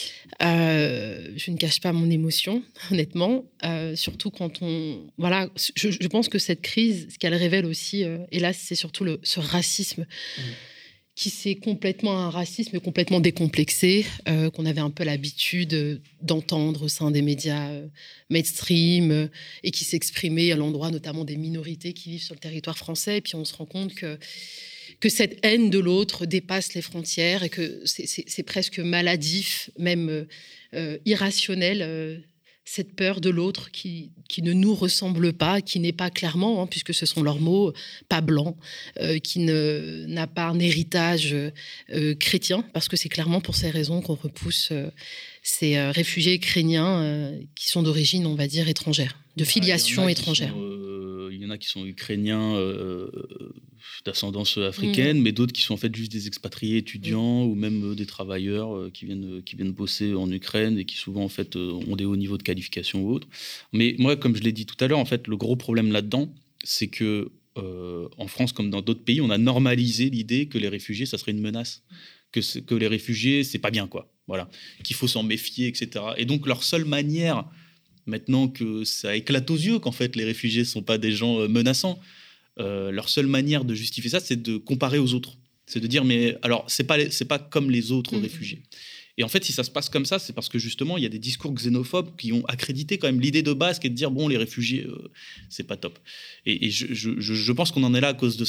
Euh, je ne cache pas mon émotion, honnêtement. Euh, surtout quand on... Voilà, je, je pense que cette crise, ce qu'elle révèle aussi, euh, hélas, c'est surtout le, ce racisme mmh. qui c'est complètement un racisme complètement décomplexé, euh, qu'on avait un peu l'habitude d'entendre au sein des médias euh, mainstream euh, et qui s'exprimait à l'endroit notamment des minorités qui vivent sur le territoire français. Et puis on se rend compte que, que cette haine de l'autre dépasse les frontières et que c'est, c'est, c'est presque maladif, même euh, irrationnel, euh, cette peur de l'autre qui, qui ne nous ressemble pas, qui n'est pas clairement, hein, puisque ce sont leurs mots, pas blanc, euh, qui ne, n'a pas un héritage euh, chrétien, parce que c'est clairement pour ces raisons qu'on repousse euh, ces euh, réfugiés ukrainiens euh, qui sont d'origine, on va dire, étrangère, de filiation ah, étrangère. Il y en a qui sont ukrainiens euh, d'ascendance africaine, mmh. mais d'autres qui sont en fait juste des expatriés étudiants mmh. ou même euh, des travailleurs euh, qui, viennent, qui viennent bosser en Ukraine et qui souvent en fait, euh, ont des hauts niveaux de qualification ou autres. Mais moi, comme je l'ai dit tout à l'heure, en fait, le gros problème là-dedans, c'est que euh, en France, comme dans d'autres pays, on a normalisé l'idée que les réfugiés, ça serait une menace, que, que les réfugiés, c'est pas bien, quoi. Voilà, qu'il faut s'en méfier, et cetera. Et donc, leur seule manière... Maintenant que ça éclate aux yeux qu'en fait les réfugiés ne sont pas des gens menaçants, euh, leur seule manière de justifier ça, c'est de comparer aux autres. C'est de dire, mais alors, ce n'est pas, c'est pas comme les autres mmh. réfugiés. Et en fait, si ça se passe comme ça, c'est parce que justement, il y a des discours xénophobes qui ont accrédité quand même l'idée de base qui est de dire, bon, les réfugiés, euh, c'est pas top. Et, et je, je, je pense qu'on en est là à cause de ça.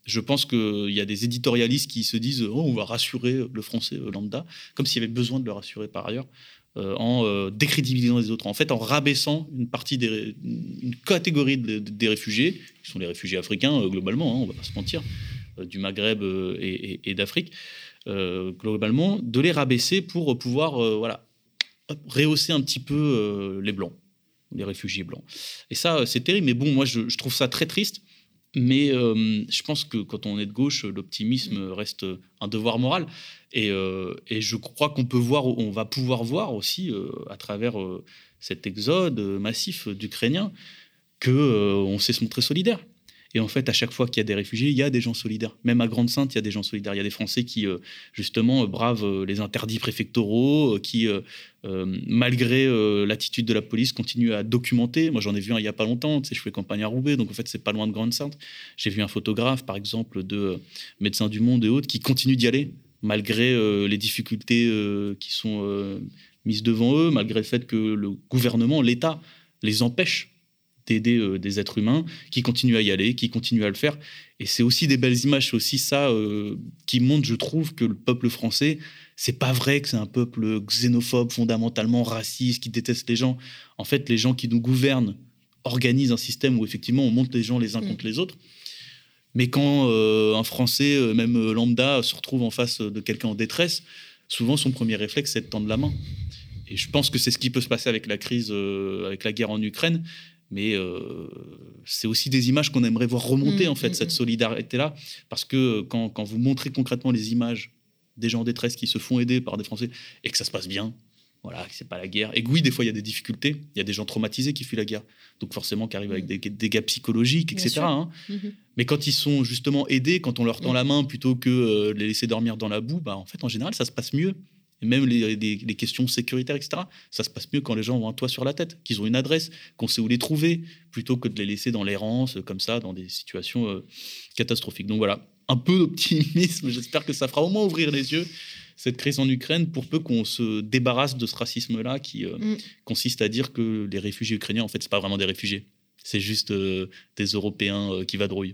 Je pense qu'il y a des éditorialistes qui se disent oh, on va rassurer le français lambda, comme s'il y avait besoin de le rassurer par ailleurs, euh, en euh, décrédibilisant les autres, en fait en rabaissant une partie des, une catégorie de, de, des réfugiés, qui sont les réfugiés africains euh, globalement, hein, on ne va pas se mentir, euh, du Maghreb euh, et, et, et d'Afrique, euh, globalement, de les rabaisser pour pouvoir euh, voilà, rehausser un petit peu euh, les blancs, les réfugiés blancs. Et ça, c'est terrible, mais bon, moi je, je trouve ça très triste. Mais euh, je pense que quand on est de gauche, l'optimisme reste un devoir moral. Et, euh, et je crois qu'on peut voir, on va pouvoir voir aussi, euh, à travers euh, cet exode massif d'Ukrainiens, qu'on euh, sait se montrer solidaire. Et en fait, à chaque fois qu'il y a des réfugiés, il y a des gens solidaires. Même à Grande-Synthe, il y a des gens solidaires. Il y a des Français qui, euh, justement, bravent les interdits préfectoraux, qui, euh, euh, malgré euh, l'attitude de la police, continuent à documenter. Moi, j'en ai vu un il n'y a pas longtemps. Tu sais, je fais campagne à Roubaix, donc en fait, c'est pas loin de Grande-Synthe. J'ai vu un photographe, par exemple, de euh, Médecins du Monde et autres, qui continuent d'y aller, malgré euh, les difficultés euh, qui sont euh, mises devant eux, malgré le fait que le gouvernement, l'État, les empêche d'aider euh, des êtres humains, qui continuent à y aller, qui continuent à le faire. Et c'est aussi des belles images, c'est aussi ça euh, qui montre, je trouve, que le peuple français, c'est pas vrai que c'est un peuple xénophobe, fondamentalement raciste, qui déteste les gens. En fait, les gens qui nous gouvernent organisent un système où, effectivement, on monte les gens les uns mmh. contre les autres. Mais quand euh, un Français, euh, même lambda, se retrouve en face de quelqu'un en détresse, souvent, son premier réflexe, c'est de tendre la main. Et je pense que c'est ce qui peut se passer avec la crise, euh, avec la guerre en Ukraine. Mais euh, c'est aussi des images qu'on aimerait voir remonter, mmh, en fait, mmh, cette solidarité-là. Parce que quand, quand vous montrez concrètement les images des gens en détresse qui se font aider par des Français et que ça se passe bien, voilà, que c'est pas la guerre. Et que oui, des fois, il y a des difficultés. Il y a des gens traumatisés qui fuient la guerre. Donc forcément, qui arrivent mmh. avec des dégâts psychologiques, et cetera. Hein. Mmh. Mais quand ils sont justement aidés, quand on leur tend mmh. la main plutôt que euh, les laisser dormir dans la boue, bah, en fait, en général, ça se passe mieux. Et même les, les, les questions sécuritaires, et cetera, ça se passe mieux quand les gens ont un toit sur la tête, qu'ils ont une adresse, qu'on sait où les trouver, plutôt que de les laisser dans l'errance, comme ça, dans des situations euh, catastrophiques. Donc voilà, un peu d'optimisme. J'espère que ça fera au moins ouvrir les yeux, cette crise en Ukraine, pour peu qu'on se débarrasse de ce racisme-là qui euh, mm. consiste à dire que les réfugiés ukrainiens, en fait, c'est pas vraiment des réfugiés. C'est juste euh, des Européens euh, qui vadrouillent.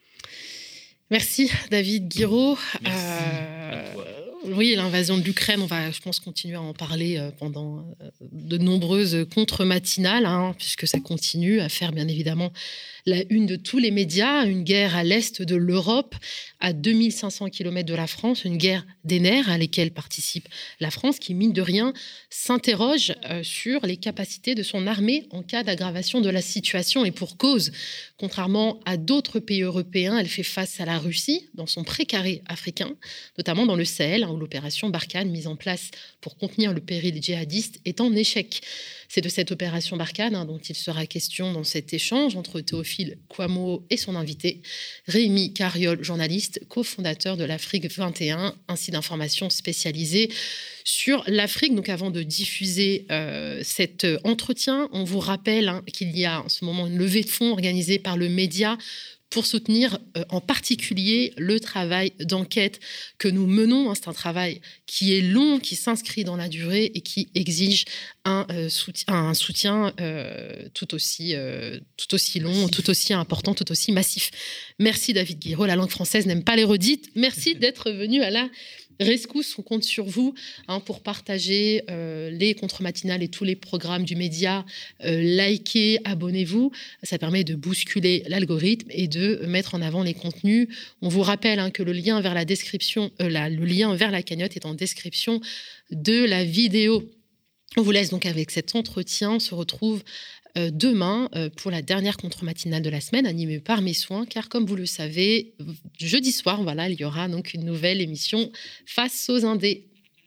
Merci, David Guiraud. Merci. Euh... Oui, l'invasion de l'Ukraine, on va, je pense, continuer à en parler pendant de nombreuses contre-matinales, hein, puisque ça continue à faire, bien évidemment, la une de tous les médias. Une guerre à l'est de l'Europe, à deux mille cinq cents kilomètres de la France, une guerre des nerfs à laquelle participe la France, qui, mine de rien, s'interroge euh, sur les capacités de son armée en cas d'aggravation de la situation. Et pour cause, contrairement à d'autres pays européens, elle fait face à la Russie dans son précaré africain, notamment dans le Sahel, où l'opération Barkhane, mise en place pour contenir le péril djihadiste, est en échec. C'est de cette opération Barkhane hein, dont il sera question dans cet échange entre Théophile Kouamouo et son invité, Rémi Cariol, journaliste, cofondateur de l'Afrique vingt et un, un site d'information spécialisé sur l'Afrique. Donc avant de diffuser euh, cet entretien, on vous rappelle hein, qu'il y a en ce moment une levée de fonds organisée par le média pour soutenir euh, en particulier le travail d'enquête que nous menons. C'est un travail qui est long, qui s'inscrit dans la durée et qui exige un, euh, soutien, un soutien euh, tout, aussi, euh, tout aussi long, massif. tout aussi important, tout aussi massif. Merci David Guiraud, la langue française n'aime pas les redites. Merci d'être venu à la rescousse. On compte sur vous hein, pour partager euh, les contre-matinales et tous les programmes du média. Euh, likez, abonnez-vous. Ça permet de bousculer l'algorithme et de mettre en avant les contenus. On vous rappelle hein, que le lien vers la description, euh, la, le lien vers la cagnotte est en description de la vidéo. On vous laisse donc avec cet entretien. On se retrouve Euh, demain euh, pour la dernière contre-matinale de la semaine animée par mes soins, car comme vous le savez, jeudi soir, voilà, il y aura donc une nouvelle émission Face aux Indés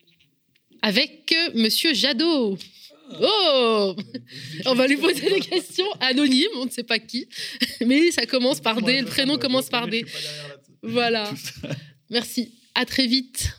avec euh, Monsieur Jadot. Oh, on va lui poser des questions anonymes, on ne sait pas qui, mais ça commence par D, le prénom commence par D. Voilà. Merci. À très vite.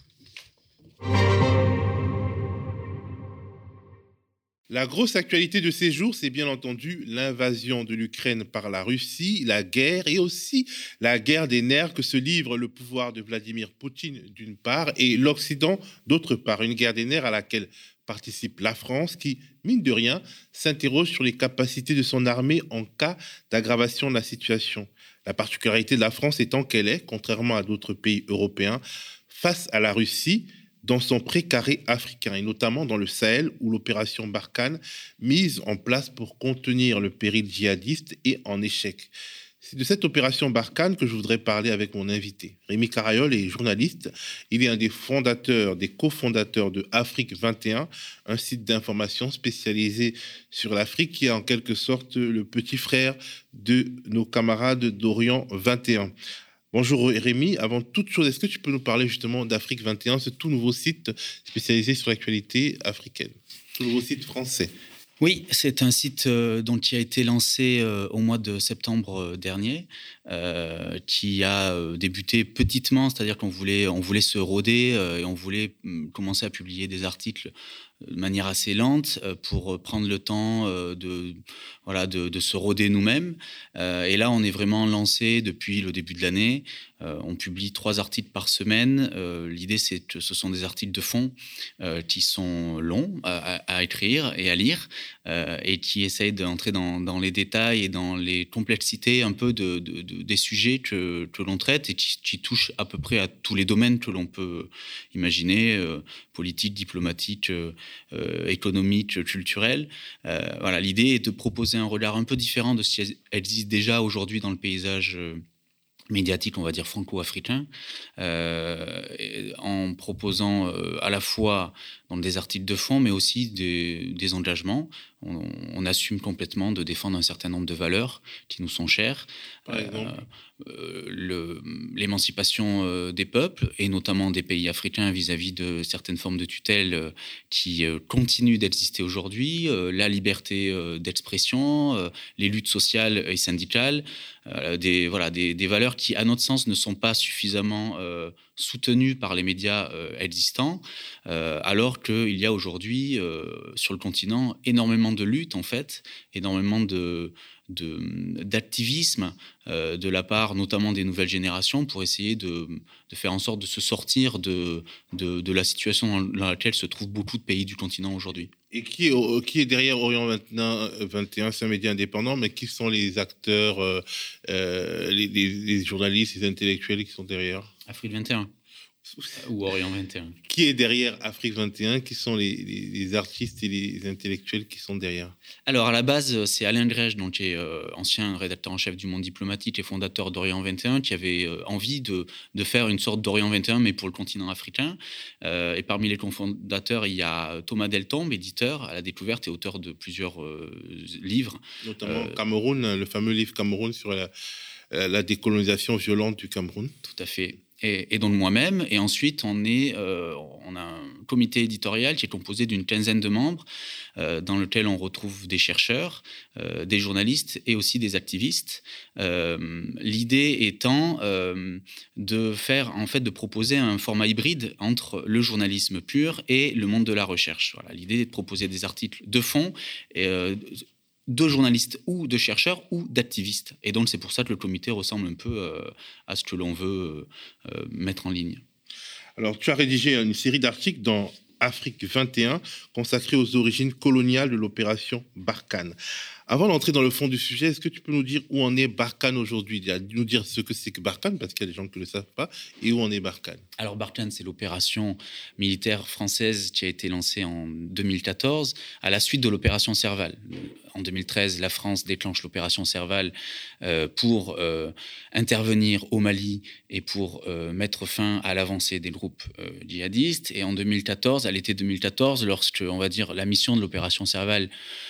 La grosse actualité de ces jours, c'est bien entendu l'invasion de l'Ukraine par la Russie, la guerre et aussi la guerre des nerfs que se livre le pouvoir de Vladimir Poutine d'une part et l'Occident d'autre part. Une guerre des nerfs à laquelle participe la France qui, mine de rien, s'interroge sur les capacités de son armée en cas d'aggravation de la situation. La particularité de la France étant qu'elle est, contrairement à d'autres pays européens, face à la Russie dans son précaré africain, et notamment dans le Sahel, où l'opération Barkhane, mise en place pour contenir le péril djihadiste, est en échec. C'est de cette opération Barkhane que je voudrais parler avec mon invité. Rémi Carayol est journaliste. Il est un des fondateurs, des cofondateurs de Afrique vingt et un, un site d'information spécialisé sur l'Afrique qui est en quelque sorte le petit frère de nos camarades d'Orient vingt et un. Bonjour Rémi, avant toute chose, est-ce que tu peux nous parler justement d'Afrique vingt et un, ce tout nouveau site spécialisé sur l'actualité africaine, tout nouveau site français? Oui, c'est un site euh, dont il a été lancé euh, au mois de septembre euh, dernier, euh, qui a euh, débuté petitement, c'est-à-dire qu'on voulait, on voulait se roder euh, et on voulait mm, commencer à publier des articles de manière assez lente euh, pour prendre le temps euh, de, voilà, de, de se roder nous-mêmes. Euh, et là, on est vraiment lancé depuis le début de l'année. Euh, on publie trois articles par semaine. Euh, l'idée, c'est que ce sont des articles de fond euh, qui sont longs à, à écrire et à lire euh, et qui essayent d'entrer dans, dans les détails et dans les complexités un peu de, de, de, des sujets que, que l'on traite et qui, qui touchent à peu près à tous les domaines que l'on peut imaginer, euh, politique, diplomatique, euh, euh, économique, culturel. Euh, voilà, l'idée est de proposer un regard un peu différent de ce qui existe déjà aujourd'hui dans le paysage euh, médiatique, on va dire franco-africain, euh, en proposant euh, à la fois dans des articles de fond, mais aussi des, des engagements. On, on assume complètement de défendre un certain nombre de valeurs qui nous sont chères. Par exemple euh, le, l'émancipation euh, des peuples, et notamment des pays africains vis-à-vis de certaines formes de tutelle euh, qui euh, continuent d'exister aujourd'hui, euh, la liberté euh, d'expression, euh, les luttes sociales et syndicales, euh, des, voilà, des, des valeurs qui, à notre sens, ne sont pas suffisamment euh, soutenues par les médias euh, existants, euh, alors qu'il y a aujourd'hui, euh, sur le continent, énormément de luttes, en fait, énormément de... De, d'activisme euh, de la part notamment des nouvelles générations pour essayer de, de faire en sorte de se sortir de, de, de la situation dans laquelle se trouvent beaucoup de pays du continent aujourd'hui. Et qui est, qui est derrière Orient vingt et un? C'est un média indépendant, mais qui sont les acteurs, euh, euh, les, les, les journalistes, les intellectuels qui sont derrière? Afrique vingt et un. Ou Orient vingt et un. Qui est derrière Afrique vingt et un? Qui sont les, les, les artistes et les intellectuels qui sont derrière? Alors, à la base, c'est Alain Grèche, donc, qui est euh, ancien rédacteur en chef du Monde diplomatique et fondateur d'Orient vingt et un, qui avait euh, envie de, de faire une sorte d'Orient vingt et un, mais pour le continent africain. Euh, et parmi les cofondateurs, il y a Thomas Deltombe, éditeur à la découverte et auteur de plusieurs euh, livres. Notamment euh, Cameroun, le fameux livre Cameroun sur la, la décolonisation violente du Cameroun. Tout à fait. Et, et donc moi-même. Et ensuite, on, est, euh, on a un comité éditorial qui est composé d'une quinzaine de membres, euh, dans lequel on retrouve des chercheurs, euh, des journalistes et aussi des activistes. Euh, l'idée étant euh, de faire, en fait, de proposer un format hybride entre le journalisme pur et le monde de la recherche. Voilà, l'idée est de proposer des articles de fond et euh, de journalistes ou de chercheurs ou d'activistes. Et donc, c'est pour ça que le comité ressemble un peu euh, à ce que l'on veut euh, mettre en ligne. Alors, tu as rédigé une série d'articles dans Afrique vingt et un consacrés aux origines coloniales de l'opération Barkhane. Avant d'entrer dans le fond du sujet, est-ce que tu peux nous dire où en est Barkhane aujourd'hui? Nous dire ce que c'est que Barkhane, parce qu'il y a des gens qui ne le savent pas, et où en est Barkhane? Alors Barkhane, c'est l'opération militaire française qui a été lancée en deux mille quatorze à la suite de l'opération Serval. En deux mille treize, la France déclenche l'opération Serval euh, pour euh, intervenir au Mali et pour euh, mettre fin à l'avancée des groupes euh, djihadistes. Et en deux mille quatorze, à l'été deux mille quatorze, lorsque, on va dire, la mission de l'opération Serval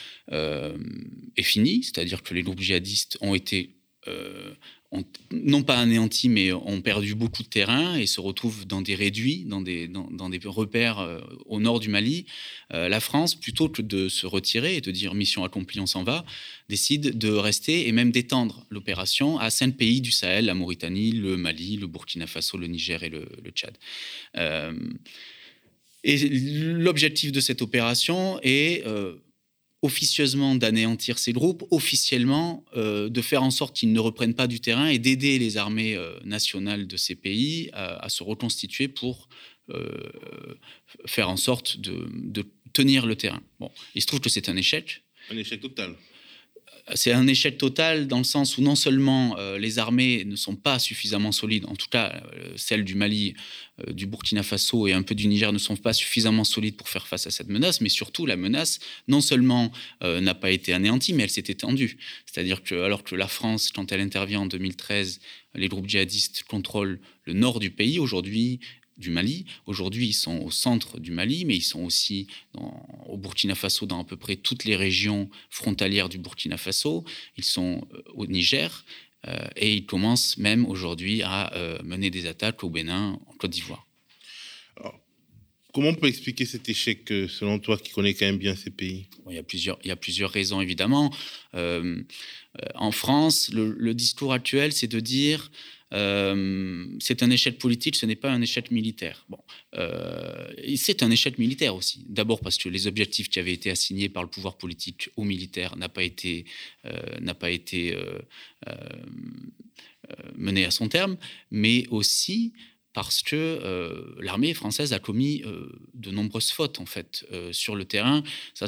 Euh, est fini, c'est-à-dire que les groupes djihadistes ont été, euh, ont, non pas anéantis, mais ont perdu beaucoup de terrain et se retrouvent dans des réduits, dans des, dans, dans des repères euh, au nord du Mali. Euh, la France, plutôt que de se retirer et de dire mission accomplie, on s'en va, décide de rester et même d'étendre l'opération à cinq pays du Sahel, la Mauritanie, le Mali, le Burkina Faso, le Niger et le, le Tchad. Euh, et l'objectif de cette opération est euh, officieusement d'anéantir ces groupes, officiellement euh, de faire en sorte qu'ils ne reprennent pas du terrain et d'aider les armées euh, nationales de ces pays à, à se reconstituer pour euh, faire en sorte de, de tenir le terrain. Bon, il se trouve que c'est un échec. Un échec total. C'est un échec total dans le sens où non seulement euh, les armées ne sont pas suffisamment solides, en tout cas euh, celles du Mali, euh, du Burkina Faso et un peu du Niger ne sont pas suffisamment solides pour faire face à cette menace, mais surtout la menace non seulement euh, n'a pas été anéantie, mais elle s'est étendue. C'est-à-dire que alors que la France, quand elle intervient en deux mille treize, les groupes djihadistes contrôlent le nord du pays, aujourd'hui du Mali. Aujourd'hui, ils sont au centre du Mali, mais ils sont aussi dans, au Burkina Faso, dans à peu près toutes les régions frontalières du Burkina Faso. Ils sont euh, au Niger euh, et ils commencent même aujourd'hui à euh, mener des attaques au Bénin, en Côte d'Ivoire. Alors, comment on peut expliquer cet échec, selon toi, qui connais quand même bien ces pays ? Bon, il y a plusieurs, il y a plusieurs raisons, évidemment. Euh, euh, en France, le, le discours actuel, c'est de dire... Euh, c'est un échec politique, ce n'est pas un échec militaire. Bon, euh, c'est un échec militaire aussi. D'abord parce que les objectifs qui avaient été assignés par le pouvoir politique aux militaires n'ont pas été, euh, n'a pas été euh, euh, menés à son terme, mais aussi parce que euh, l'armée française a commis euh, de nombreuses fautes en fait euh, sur le terrain. Ça,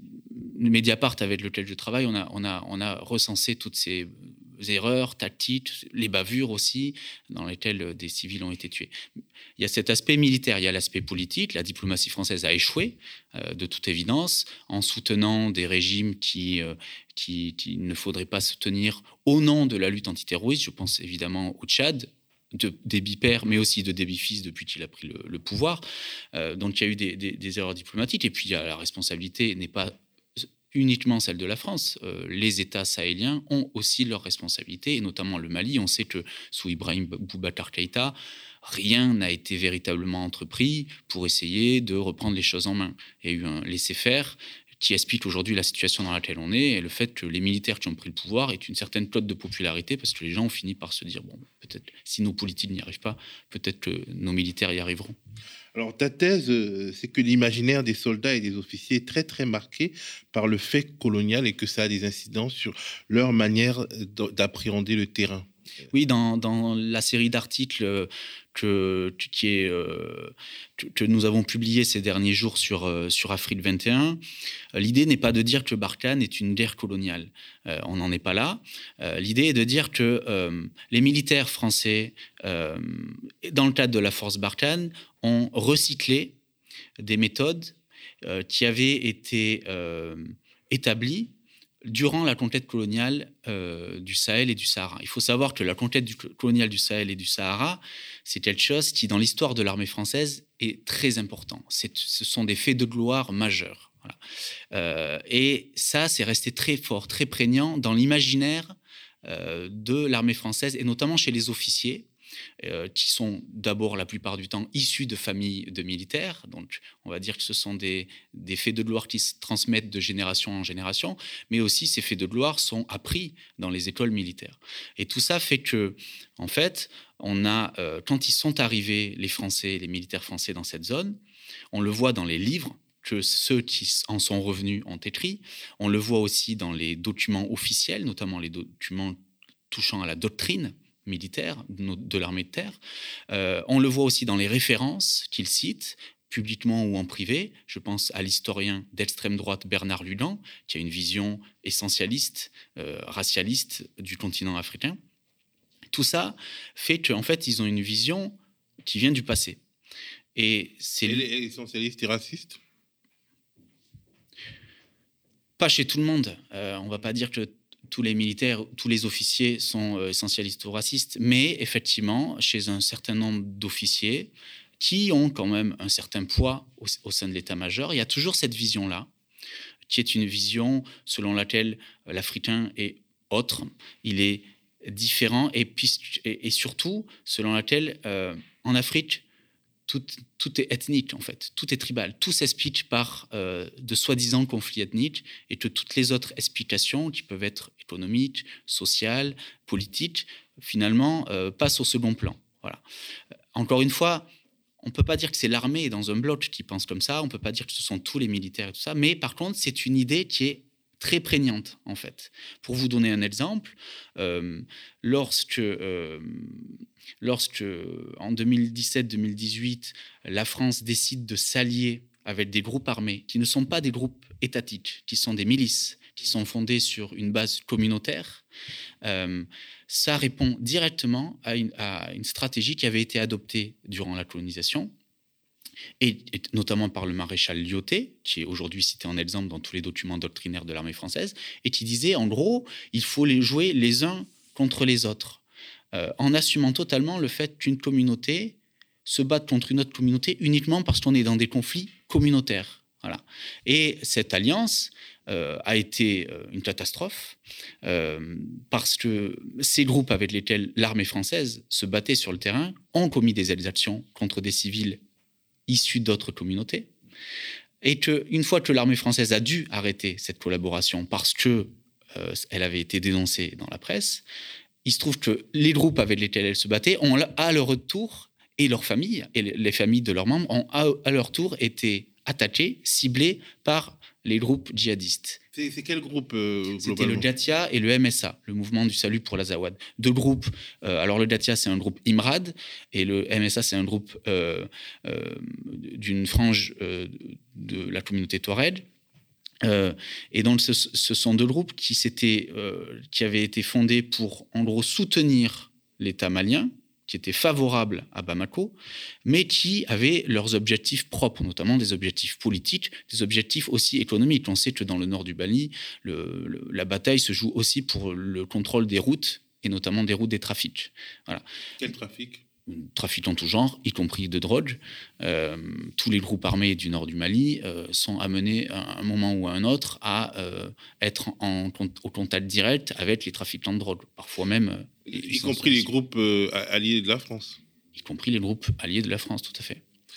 Mediapart avec lequel je travaille, on a, on a, on a recensé toutes ces erreurs tactiques, les bavures aussi, dans lesquelles des civils ont été tués. Il y a cet aspect militaire, il y a l'aspect politique. La diplomatie française a échoué, euh, de toute évidence, en soutenant des régimes qui, euh, qui, qui ne faudrait pas soutenir au nom de la lutte antiterroriste. Je pense évidemment au Tchad, de Déby père, mais aussi de Déby fils depuis qu'il a pris le, le pouvoir. Euh, donc il y a eu des, des, des erreurs diplomatiques. Et puis il y a, la responsabilité n'est pas uniquement celle de la France. Euh, les États sahéliens ont aussi leurs responsabilités, et notamment le Mali. On sait que sous Ibrahim Boubacar Keïta, rien n'a été véritablement entrepris pour essayer de reprendre les choses en main. Il y a eu un laisser-faire qui explique aujourd'hui la situation dans laquelle on est, et le fait que les militaires qui ont pris le pouvoir aient une certaine cote de popularité, parce que les gens ont fini par se dire, bon, peut-être, si nos politiques n'y arrivent pas, peut-être que nos militaires y arriveront. Alors, ta thèse, c'est que l'imaginaire des soldats et des officiers est très, très marqué par le fait colonial et que ça a des incidences sur leur manière d'appréhender le terrain. Oui, dans, dans la série d'articles que, qui est, euh, que, que nous avons publié ces derniers jours sur, euh, sur Afrique vingt et un, l'idée n'est pas de dire que Barkhane est une guerre coloniale. Euh, on n'en est pas là. Euh, l'idée est de dire que euh, les militaires français, euh, dans le cadre de la force Barkhane, ont recyclé des méthodes euh, qui avaient été euh, établies durant la conquête coloniale euh, du Sahel et du Sahara. Il faut savoir que la conquête du, coloniale du Sahel et du Sahara, c'est quelque chose qui, dans l'histoire de l'armée française, est très important. C'est, ce sont des faits de gloire majeurs. Voilà. Euh, et ça, c'est resté très fort, très prégnant dans l'imaginaire euh, de l'armée française, et notamment chez les officiers, Euh, qui sont d'abord la plupart du temps issus de familles de militaires. Donc on va dire que ce sont des, des faits de gloire qui se transmettent de génération en génération, mais aussi ces faits de gloire sont appris dans les écoles militaires. Et tout ça fait que, en fait, on a, euh, quand ils sont arrivés, les Français, les militaires français dans cette zone, on le voit dans les livres que ceux qui en sont revenus ont écrit, on le voit aussi dans les documents officiels, notamment les documents touchant à la doctrine militaire de l'armée de terre. Euh, on le voit aussi dans les références qu'il cite, publiquement ou en privé. Je pense à l'historien d'extrême droite Bernard Lugan, qui a une vision essentialiste, euh, racialiste du continent africain. Tout ça fait qu'en fait, ils ont une vision qui vient du passé. Et c'est et les essentialistes et racistes ? Pas chez tout le monde. Euh, on ne va pas dire que tous les militaires, tous les officiers sont euh, essentialistes ou racistes, mais effectivement, chez un certain nombre d'officiers qui ont quand même un certain poids au, au sein de l'état-major, il y a toujours cette vision-là, qui est une vision selon laquelle euh, l'Africain est autre, il est différent, et, puis, et, et surtout selon laquelle, euh, en Afrique, Tout, tout est ethnique, en fait. Tout est tribal. Tout s'explique par euh, de soi-disant conflits ethniques, et que toutes les autres explications, qui peuvent être économiques, sociales, politiques, finalement, euh, passent au second plan. Voilà. Encore une fois, on ne peut pas dire que c'est l'armée dans un bloc qui pense comme ça, on ne peut pas dire que ce sont tous les militaires et tout ça, mais par contre, c'est une idée qui est très prégnante, en fait. Pour vous donner un exemple, euh, lorsque, euh, lorsque, en deux mille dix-sept deux mille dix-huit, la France décide de s'allier avec des groupes armés qui ne sont pas des groupes étatiques, qui sont des milices, qui sont fondées sur une base communautaire, euh, ça répond directement à une, à une stratégie qui avait été adoptée durant la colonisation, et, et notamment par le maréchal Lyautey, qui est aujourd'hui cité en exemple dans tous les documents doctrinaires de l'armée française, et qui disait, en gros, il faut les jouer les uns contre les autres, euh, en assumant totalement le fait qu'une communauté se batte contre une autre communauté uniquement parce qu'on est dans des conflits communautaires. Voilà. Et cette alliance euh, a été euh, une catastrophe euh, parce que ces groupes avec lesquels l'armée française se battait sur le terrain ont commis des exactions contre des civils issus d'autres communautés, et qu'une fois que l'armée française a dû arrêter cette collaboration parce qu'elle euh, avait été dénoncée dans la presse, il se trouve que les groupes avec lesquels elle se battait ont à leur retour, et leurs familles, et les familles de leurs membres, ont à, à leur tour été attaqués, ciblés par les groupes djihadistes. C'est, c'est quel groupe euh, C'était le Datia et le M S A, le Mouvement du Salut pour l'Azawad. Deux groupes. Euh, alors le Datia, c'est un groupe Imrad, et le M S A, c'est un groupe euh, euh, d'une frange euh, de la communauté Touareg. Euh, et donc, ce, ce sont deux groupes qui, s'étaient, euh, qui avaient été fondés pour, en gros, soutenir l'État malien, qui étaient favorables à Bamako, mais qui avaient leurs objectifs propres, notamment des objectifs politiques, des objectifs aussi économiques. On sait que dans le nord du Mali, le, le, la bataille se joue aussi pour le contrôle des routes, et notamment des routes des trafics. Voilà. Quel trafic ? Trafic en tout genre, y compris de drogue. Euh, tous les groupes armés du nord du Mali euh, sont amenés à un moment ou à un autre à euh, être en, en, au contact direct avec les trafiquants de drogue. Parfois même... Euh, y compris les groupes euh, alliés de la France. Y compris les groupes alliés de la France, tout à fait.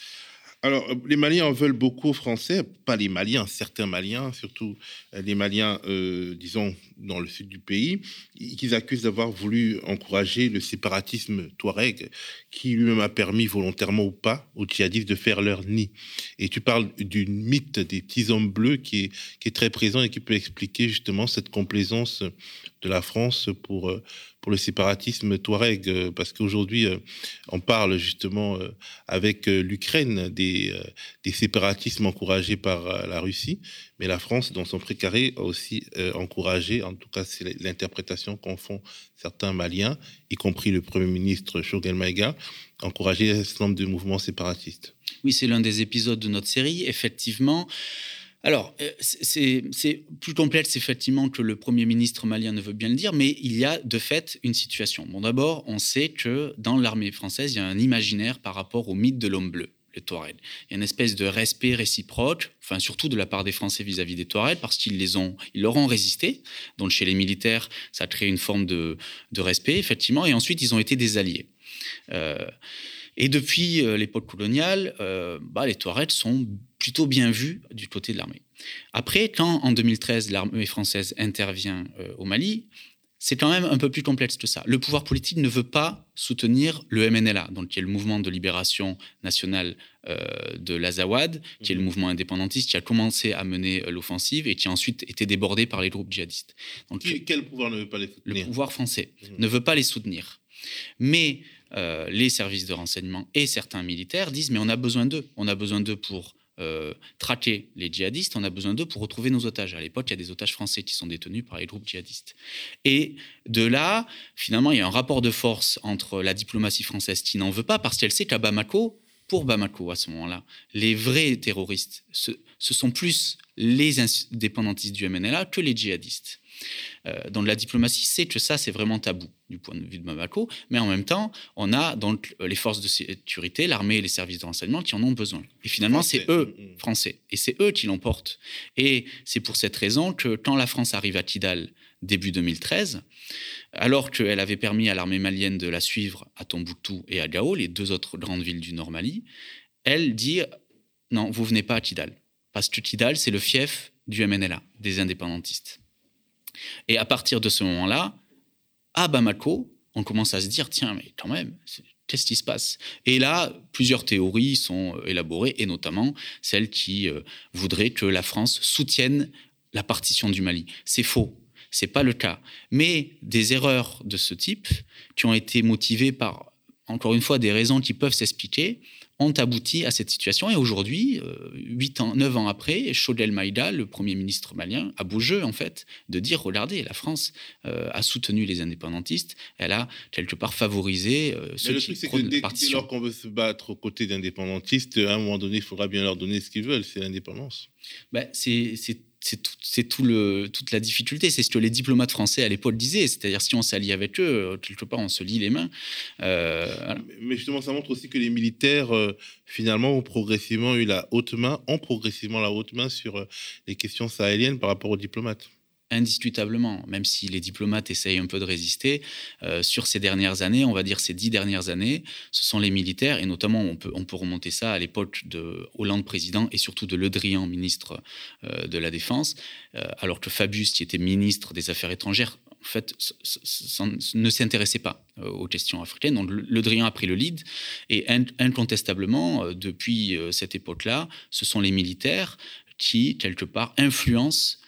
Alors, les Maliens en veulent beaucoup aux Français, pas les Maliens, certains Maliens, surtout les Maliens, euh, disons, dans le sud du pays, qu'ils accusent d'avoir voulu encourager le séparatisme touareg, qui lui-même a permis, volontairement ou pas, aux djihadistes de faire leur nid. Et tu parles du mythe des petits hommes bleus qui est, qui est très présent et qui peut expliquer justement cette complaisance de la France pour... Euh, pour le séparatisme touareg, euh, parce qu'aujourd'hui, euh, on parle justement euh, avec euh, l'Ukraine des, euh, des séparatismes encouragés par euh, la Russie, mais la France, dans son précaré, a aussi euh, encouragé, en tout cas c'est l'interprétation qu'en font certains Maliens, y compris le Premier ministre Choguel Maïga, encourager un certain nombre de mouvements séparatistes. Oui, c'est l'un des épisodes de notre série, effectivement. Alors, c'est, c'est plus complexe, effectivement, que le Premier ministre malien ne veut bien le dire, mais il y a de fait une situation. Bon, d'abord, on sait que dans l'armée française, il y a un imaginaire par rapport au mythe de l'homme bleu, les Touaregs. Il y a une espèce de respect réciproque, enfin, surtout de la part des Français vis-à-vis des Touaregs, parce qu'ils les ont, ils leur ont résisté. Donc, chez les militaires, ça a créé une forme de, de respect, effectivement, et ensuite, ils ont été des alliés. Euh, Et depuis euh, l'époque coloniale, euh, bah, les Touaregs sont plutôt bien vus du côté de l'armée. Après, quand en deux mille treize, l'armée française intervient euh, au Mali, c'est quand même un peu plus complexe que ça. Le pouvoir politique ne veut pas soutenir le M N L A, donc qui est le mouvement de libération nationale euh, de l'Azawad, qui est le mouvement indépendantiste qui a commencé à mener euh, l'offensive et qui a ensuite été débordé par les groupes djihadistes. Donc, qui, quel pouvoir ne veut pas les soutenir ? Le pouvoir français mmh. ne veut pas les soutenir. Mais euh, les services de renseignement et certains militaires disent « mais on a besoin d'eux. On a besoin d'eux pour euh, traquer les djihadistes, on a besoin d'eux pour retrouver nos otages. » À l'époque, il y a des otages français qui sont détenus par les groupes djihadistes. Et de là, finalement, il y a un rapport de force entre la diplomatie française qui n'en veut pas parce qu'elle sait qu'à Bamako, pour Bamako à ce moment-là, les vrais terroristes, ce, ce sont plus les indépendantistes du M N L A que les djihadistes. Euh, donc la diplomatie sait que ça c'est vraiment tabou du point de vue de Bamako, mais en même temps on a donc les forces de sécurité, l'armée et les services de renseignement qui en ont besoin. Et finalement français. C'est eux, français, et c'est eux qui l'emportent. Et c'est pour cette raison que quand la France arrive à Kidal début deux mille treize, alors qu'elle avait permis à l'armée malienne de la suivre à Tombouctou et à Gao, les deux autres grandes villes du Nord Mali, elle dit non, vous venez pas à Kidal, parce que Kidal c'est le fief du M N L A, des indépendantistes. Et à partir de ce moment-là, à Bamako, on commence à se dire, tiens, mais quand même, qu'est-ce qui se passe ? Et là, plusieurs théories sont élaborées, et notamment celle qui euh, voudrait que la France soutienne la partition du Mali. C'est faux, c'est pas le cas. Mais des erreurs de ce type, qui ont été motivées par encore une fois, des raisons qui peuvent s'expliquer, ont abouti à cette situation. Et aujourd'hui, huit ans, neuf ans après, Chodel Maïda, le Premier ministre malien, a beau jeu, en fait, de dire, regardez, la France euh, a soutenu les indépendantistes, elle a quelque part favorisé euh, ceux le qui truc, c'est prônent que la dès, dès partition. lors qu'on veut se battre aux côtés d'indépendantistes, à un moment donné, il faudra bien leur donner ce qu'ils veulent, c'est l'indépendance. Ben, c'est, c'est, c'est, tout, c'est tout le, toute la difficulté. C'est ce que les diplomates français à l'époque disaient. C'est-à-dire, si on s'allie avec eux, quelque part, on se lie les mains. Euh, voilà. Mais justement, ça montre aussi que les militaires, euh, finalement, ont progressivement eu la haute main, ont progressivement la haute main sur euh, les questions sahéliennes par rapport aux diplomates. Indiscutablement, même si les diplomates essayent un peu de résister, euh, sur ces dernières années, on va dire ces dix dernières années, ce sont les militaires, et notamment on peut, on peut remonter ça à l'époque de Hollande président et surtout de Le Drian, ministre euh, de la Défense, euh, alors que Fabius, qui était ministre des Affaires étrangères, en fait, ne s'intéressait pas aux questions africaines. Donc Le Drian a pris le lead, et incontestablement, depuis cette époque-là, ce sont les militaires qui, quelque part, influencent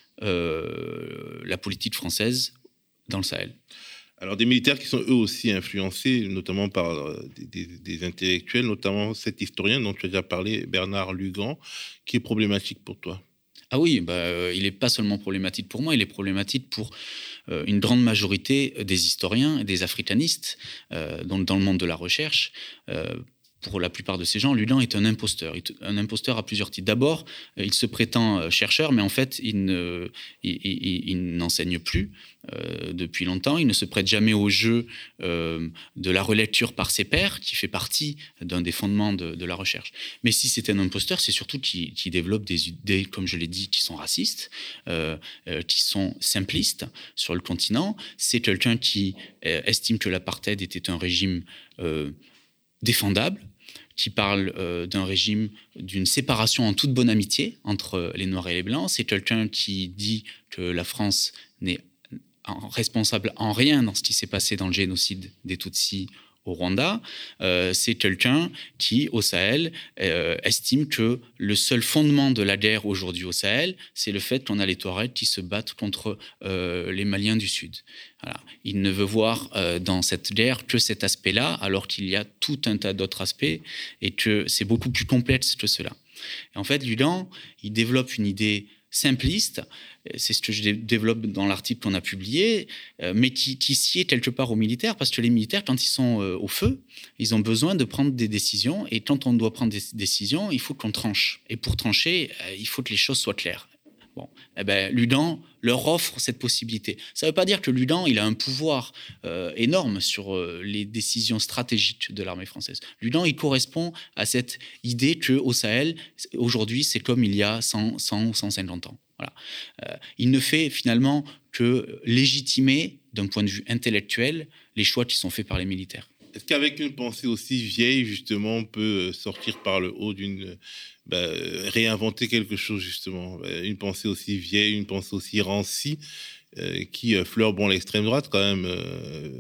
Euh, la politique française dans le Sahel. Alors des militaires qui sont eux aussi influencés, notamment par euh, des, des, des intellectuels, notamment cet historien dont tu as déjà parlé, Bernard Lugan, qui est problématique pour toi. Ah oui, bah, euh, il n'est pas seulement problématique pour moi, il est problématique pour euh, une grande majorité des historiens et des africanistes euh, dans, dans le monde de la recherche. Euh, Pour la plupart de ces gens, Lugan est un imposteur. Un imposteur à plusieurs titres. D'abord, il se prétend chercheur, mais en fait, il, ne, il, il, il n'enseigne plus euh, depuis longtemps. Il ne se prête jamais au jeu euh, de la relecture par ses pairs, qui fait partie d'un des fondements de, de la recherche. Mais si c'est un imposteur, c'est surtout qu'il, qu'il développe des idées, comme je l'ai dit, qui sont racistes, euh, euh, qui sont simplistes sur le continent. C'est quelqu'un qui euh, estime que l'apartheid était un régime euh, défendable, qui parle euh, d'un régime, d'une séparation en toute bonne amitié entre les Noirs et les Blancs. C'est quelqu'un qui dit que la France n'est en, responsable en rien dans ce qui s'est passé dans le génocide des Tutsis au Rwanda. Euh, c'est quelqu'un qui, au Sahel, euh, estime que le seul fondement de la guerre aujourd'hui au Sahel, c'est le fait qu'on a les Touaregs qui se battent contre euh, les Maliens du Sud. Voilà. Il ne veut voir euh, dans cette guerre que cet aspect-là, alors qu'il y a tout un tas d'autres aspects et que c'est beaucoup plus complexe que cela. Et en fait, Lugan, il développe une idée simpliste, c'est ce que je développe dans l'article qu'on a publié, mais qui, qui sied quelque part aux militaires, parce que les militaires, quand ils sont au feu, ils ont besoin de prendre des décisions, et quand on doit prendre des décisions, il faut qu'on tranche. Et pour trancher, il faut que les choses soient claires. Bon, eh ben, Lugan leur offre cette possibilité. Ça ne veut pas dire que Lugan il a un pouvoir euh, énorme sur euh, les décisions stratégiques de l'armée française. Lugan, il correspond à cette idée qu'au Sahel, aujourd'hui, c'est comme il y a cent, cent ou cent cinquante ans. Voilà. Euh, il ne fait finalement que légitimer, d'un point de vue intellectuel, les choix qui sont faits par les militaires. Est-ce qu'avec une pensée aussi vieille, justement, on peut sortir par le haut d'une... Bah, réinventer quelque chose, justement. Une pensée aussi vieille, une pensée aussi rancie, euh, qui euh, fleure bon, l'extrême droite, quand même, euh,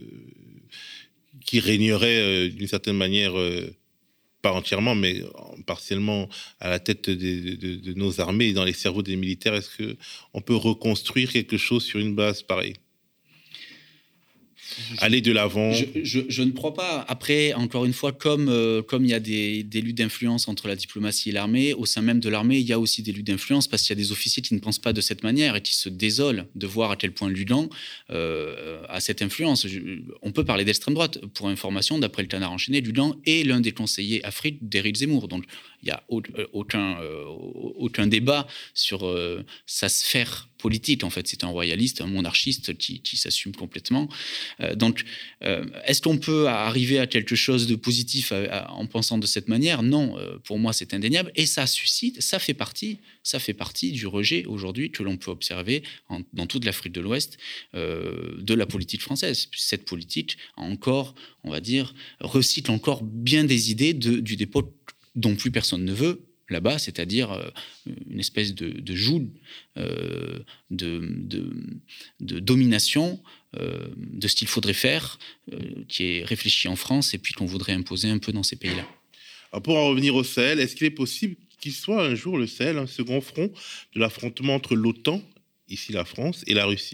qui régnerait euh, d'une certaine manière, euh, pas entièrement, mais partiellement à la tête de, de, de nos armées et dans les cerveaux des militaires. Est-ce qu'on peut reconstruire quelque chose sur une base pareille ? Aller de l'avant. Je, je, je ne crois pas. Après, encore une fois, comme euh, comme il y a des, des luttes d'influence entre la diplomatie et l'armée, au sein même de l'armée, il y a aussi des luttes d'influence parce qu'il y a des officiers qui ne pensent pas de cette manière et qui se désolent de voir à quel point Lugan euh, a cette influence. Je, on peut parler d'extrême droite. Pour information, d'après le Canard enchaîné, Lugan est l'un des conseillers Afrique d'Éric Zemmour. Donc, il n'y a aucun, euh, aucun débat sur euh, sa sphère politique. En fait, c'est un royaliste, un monarchiste qui, qui s'assume complètement. Euh, donc, euh, est-ce qu'on peut arriver à quelque chose de positif à, à, en pensant de cette manière ? Non, euh, pour moi, c'est indéniable. Et ça suscite, ça fait partie, ça fait partie du rejet aujourd'hui que l'on peut observer en, dans toute l'Afrique de l'Ouest euh, de la politique française. Cette politique a encore, on va dire, recycle encore bien des idées de, du dépôt dont plus personne ne veut là-bas, c'est-à-dire euh, une espèce de, de joug euh, de, de, de domination euh, de ce qu'il faudrait faire, euh, qui est réfléchi en France et puis qu'on voudrait imposer un peu dans ces pays-là. Alors pour en revenir au Sahel, est-ce qu'il est possible qu'il soit un jour le Sahel un second front de l'affrontement entre l'OTAN, ici la France, et la Russie ?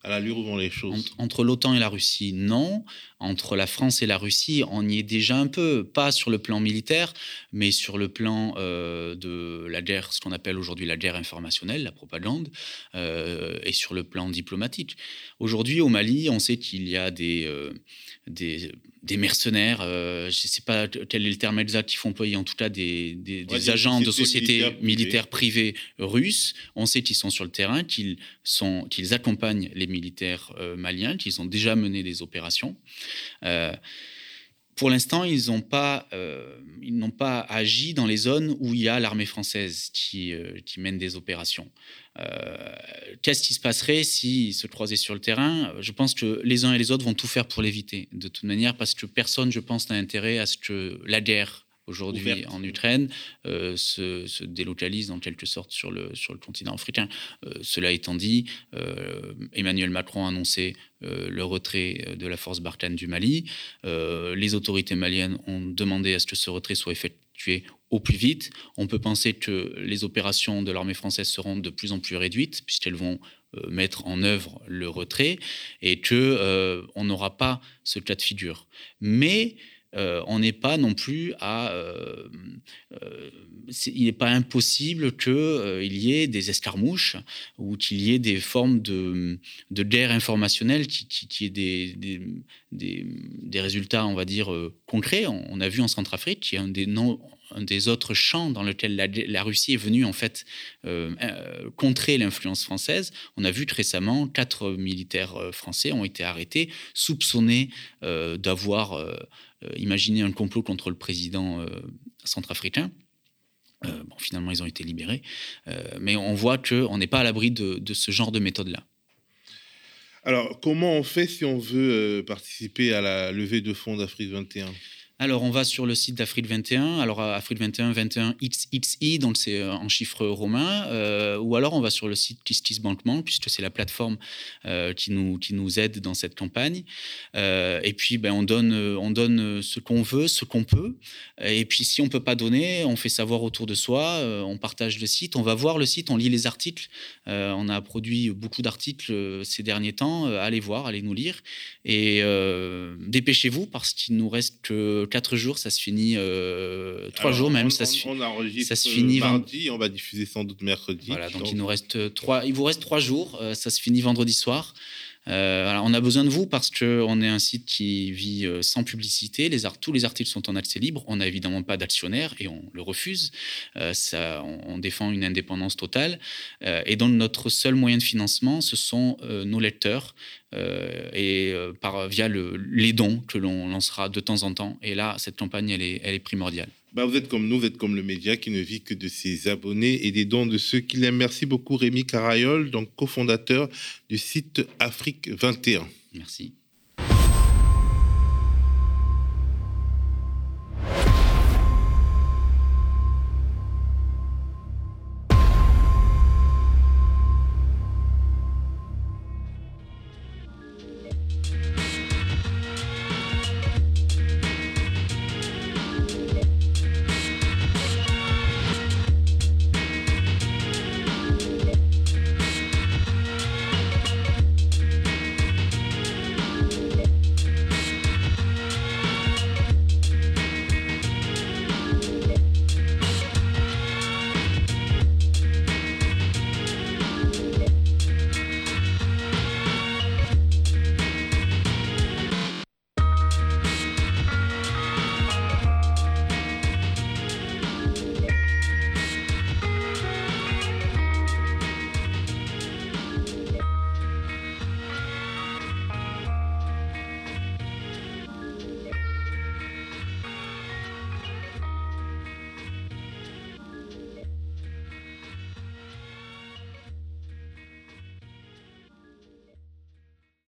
À l'allure où vont les choses. Entre, entre l'OTAN et la Russie, non. Entre la France et la Russie, on y est déjà un peu. Pas sur le plan militaire, mais sur le plan euh, de la guerre, ce qu'on appelle aujourd'hui la guerre informationnelle, la propagande, euh, et sur le plan diplomatique. Aujourd'hui, au Mali, on sait qu'il y a des, euh, des, des mercenaires, euh, je ne sais pas quel est le terme exact qu'il faut employer, en tout cas des, des, ouais, des agents de sociétés militaires, militaires privées russes. On sait qu'ils sont sur le terrain, qu'ils, sont, qu'ils accompagnent les militaires euh, maliens, qu'ils ont déjà mené des opérations. Euh, pour l'instant, ils n'ont pas, euh, ils n'ont pas agi dans les zones où il y a l'armée française qui, euh, qui mène des opérations. Euh, qu'est-ce qui se passerait s'ils se croisaient sur le terrain ? Je pense que les uns et les autres vont tout faire pour l'éviter, de toute manière, parce que personne, je pense, n'a intérêt à ce que la guerre aujourd'hui ouverte en Ukraine euh, se, se délocalise en quelque sorte sur le, sur le continent africain. Euh, cela étant dit, euh, Emmanuel Macron a annoncé euh, le retrait de la force Barkhane du Mali. Euh, les autorités maliennes ont demandé à ce que ce retrait soit effectué au plus vite. On peut penser que les opérations de l'armée française seront de plus en plus réduites puisqu'elles vont euh, mettre en œuvre le retrait et qu'on euh, n'aura pas ce cas de figure. Mais Euh, on n'est pas non plus à... Euh, euh, il n'est pas impossible qu'il euh, y ait des escarmouches ou qu'il y ait des formes de, de guerre informationnelle qui, qui, qui aient des, des, des, des résultats, on va dire, euh, concrets. On, on a vu en Centrafrique, qui est un des, non, un des autres champs dans lequel la, la Russie est venue en fait euh, euh, contrer l'influence française. On a vu que récemment, quatre militaires français ont été arrêtés, soupçonnés euh, d'avoir... Euh, imaginer un complot contre le président euh, centrafricain. Euh, bon, finalement, ils ont été libérés. Euh, mais on voit qu'on n'est pas à l'abri de, de ce genre de méthode-là. Alors, comment on fait si on veut euh, participer à la levée de fonds d'Afrique vingt et un ? Alors, on va sur le site d'Afrique vingt et un. Alors, Afrique vingt et un, vingt et un X X I, donc c'est en chiffres romains. Euh, ou alors, on va sur le site KissKissBankMan, puisque c'est la plateforme euh, qui, nous, qui nous aide dans cette campagne. Euh, et puis, ben, on, donne, on donne ce qu'on veut, ce qu'on peut. Et puis, si on ne peut pas donner, on fait savoir autour de soi. Euh, on partage le site. On va voir le site, on lit les articles. Euh, on a produit beaucoup d'articles ces derniers temps. Euh, allez voir, allez nous lire. Et euh, dépêchez-vous, parce qu'il nous reste que quatre jours, ça se finit, euh, trois jours même, on, ça, se, on enregistre ça se finit mardi, on va diffuser sans doute mercredi. Voilà, donc, donc il nous reste trois, il vous reste trois jours, euh, ça se finit vendredi soir. Euh, alors on a besoin de vous parce qu'on est un site qui vit euh, sans publicité. Les art- tous les articles sont en accès libre. On n'a évidemment pas d'actionnaire et on le refuse. Euh, ça, on, on défend une indépendance totale. Euh, et donc notre seul moyen de financement, ce sont euh, nos lecteurs euh, et euh, par, via le, les dons que l'on lancera de temps en temps. Et là, cette campagne, elle est, elle est primordiale. Bah, vous êtes comme nous, vous êtes comme le média qui ne vit que de ses abonnés et des dons de ceux qui l'aiment. Merci beaucoup Rémi Carayol, donc cofondateur du site Afrique vingt et un. Merci.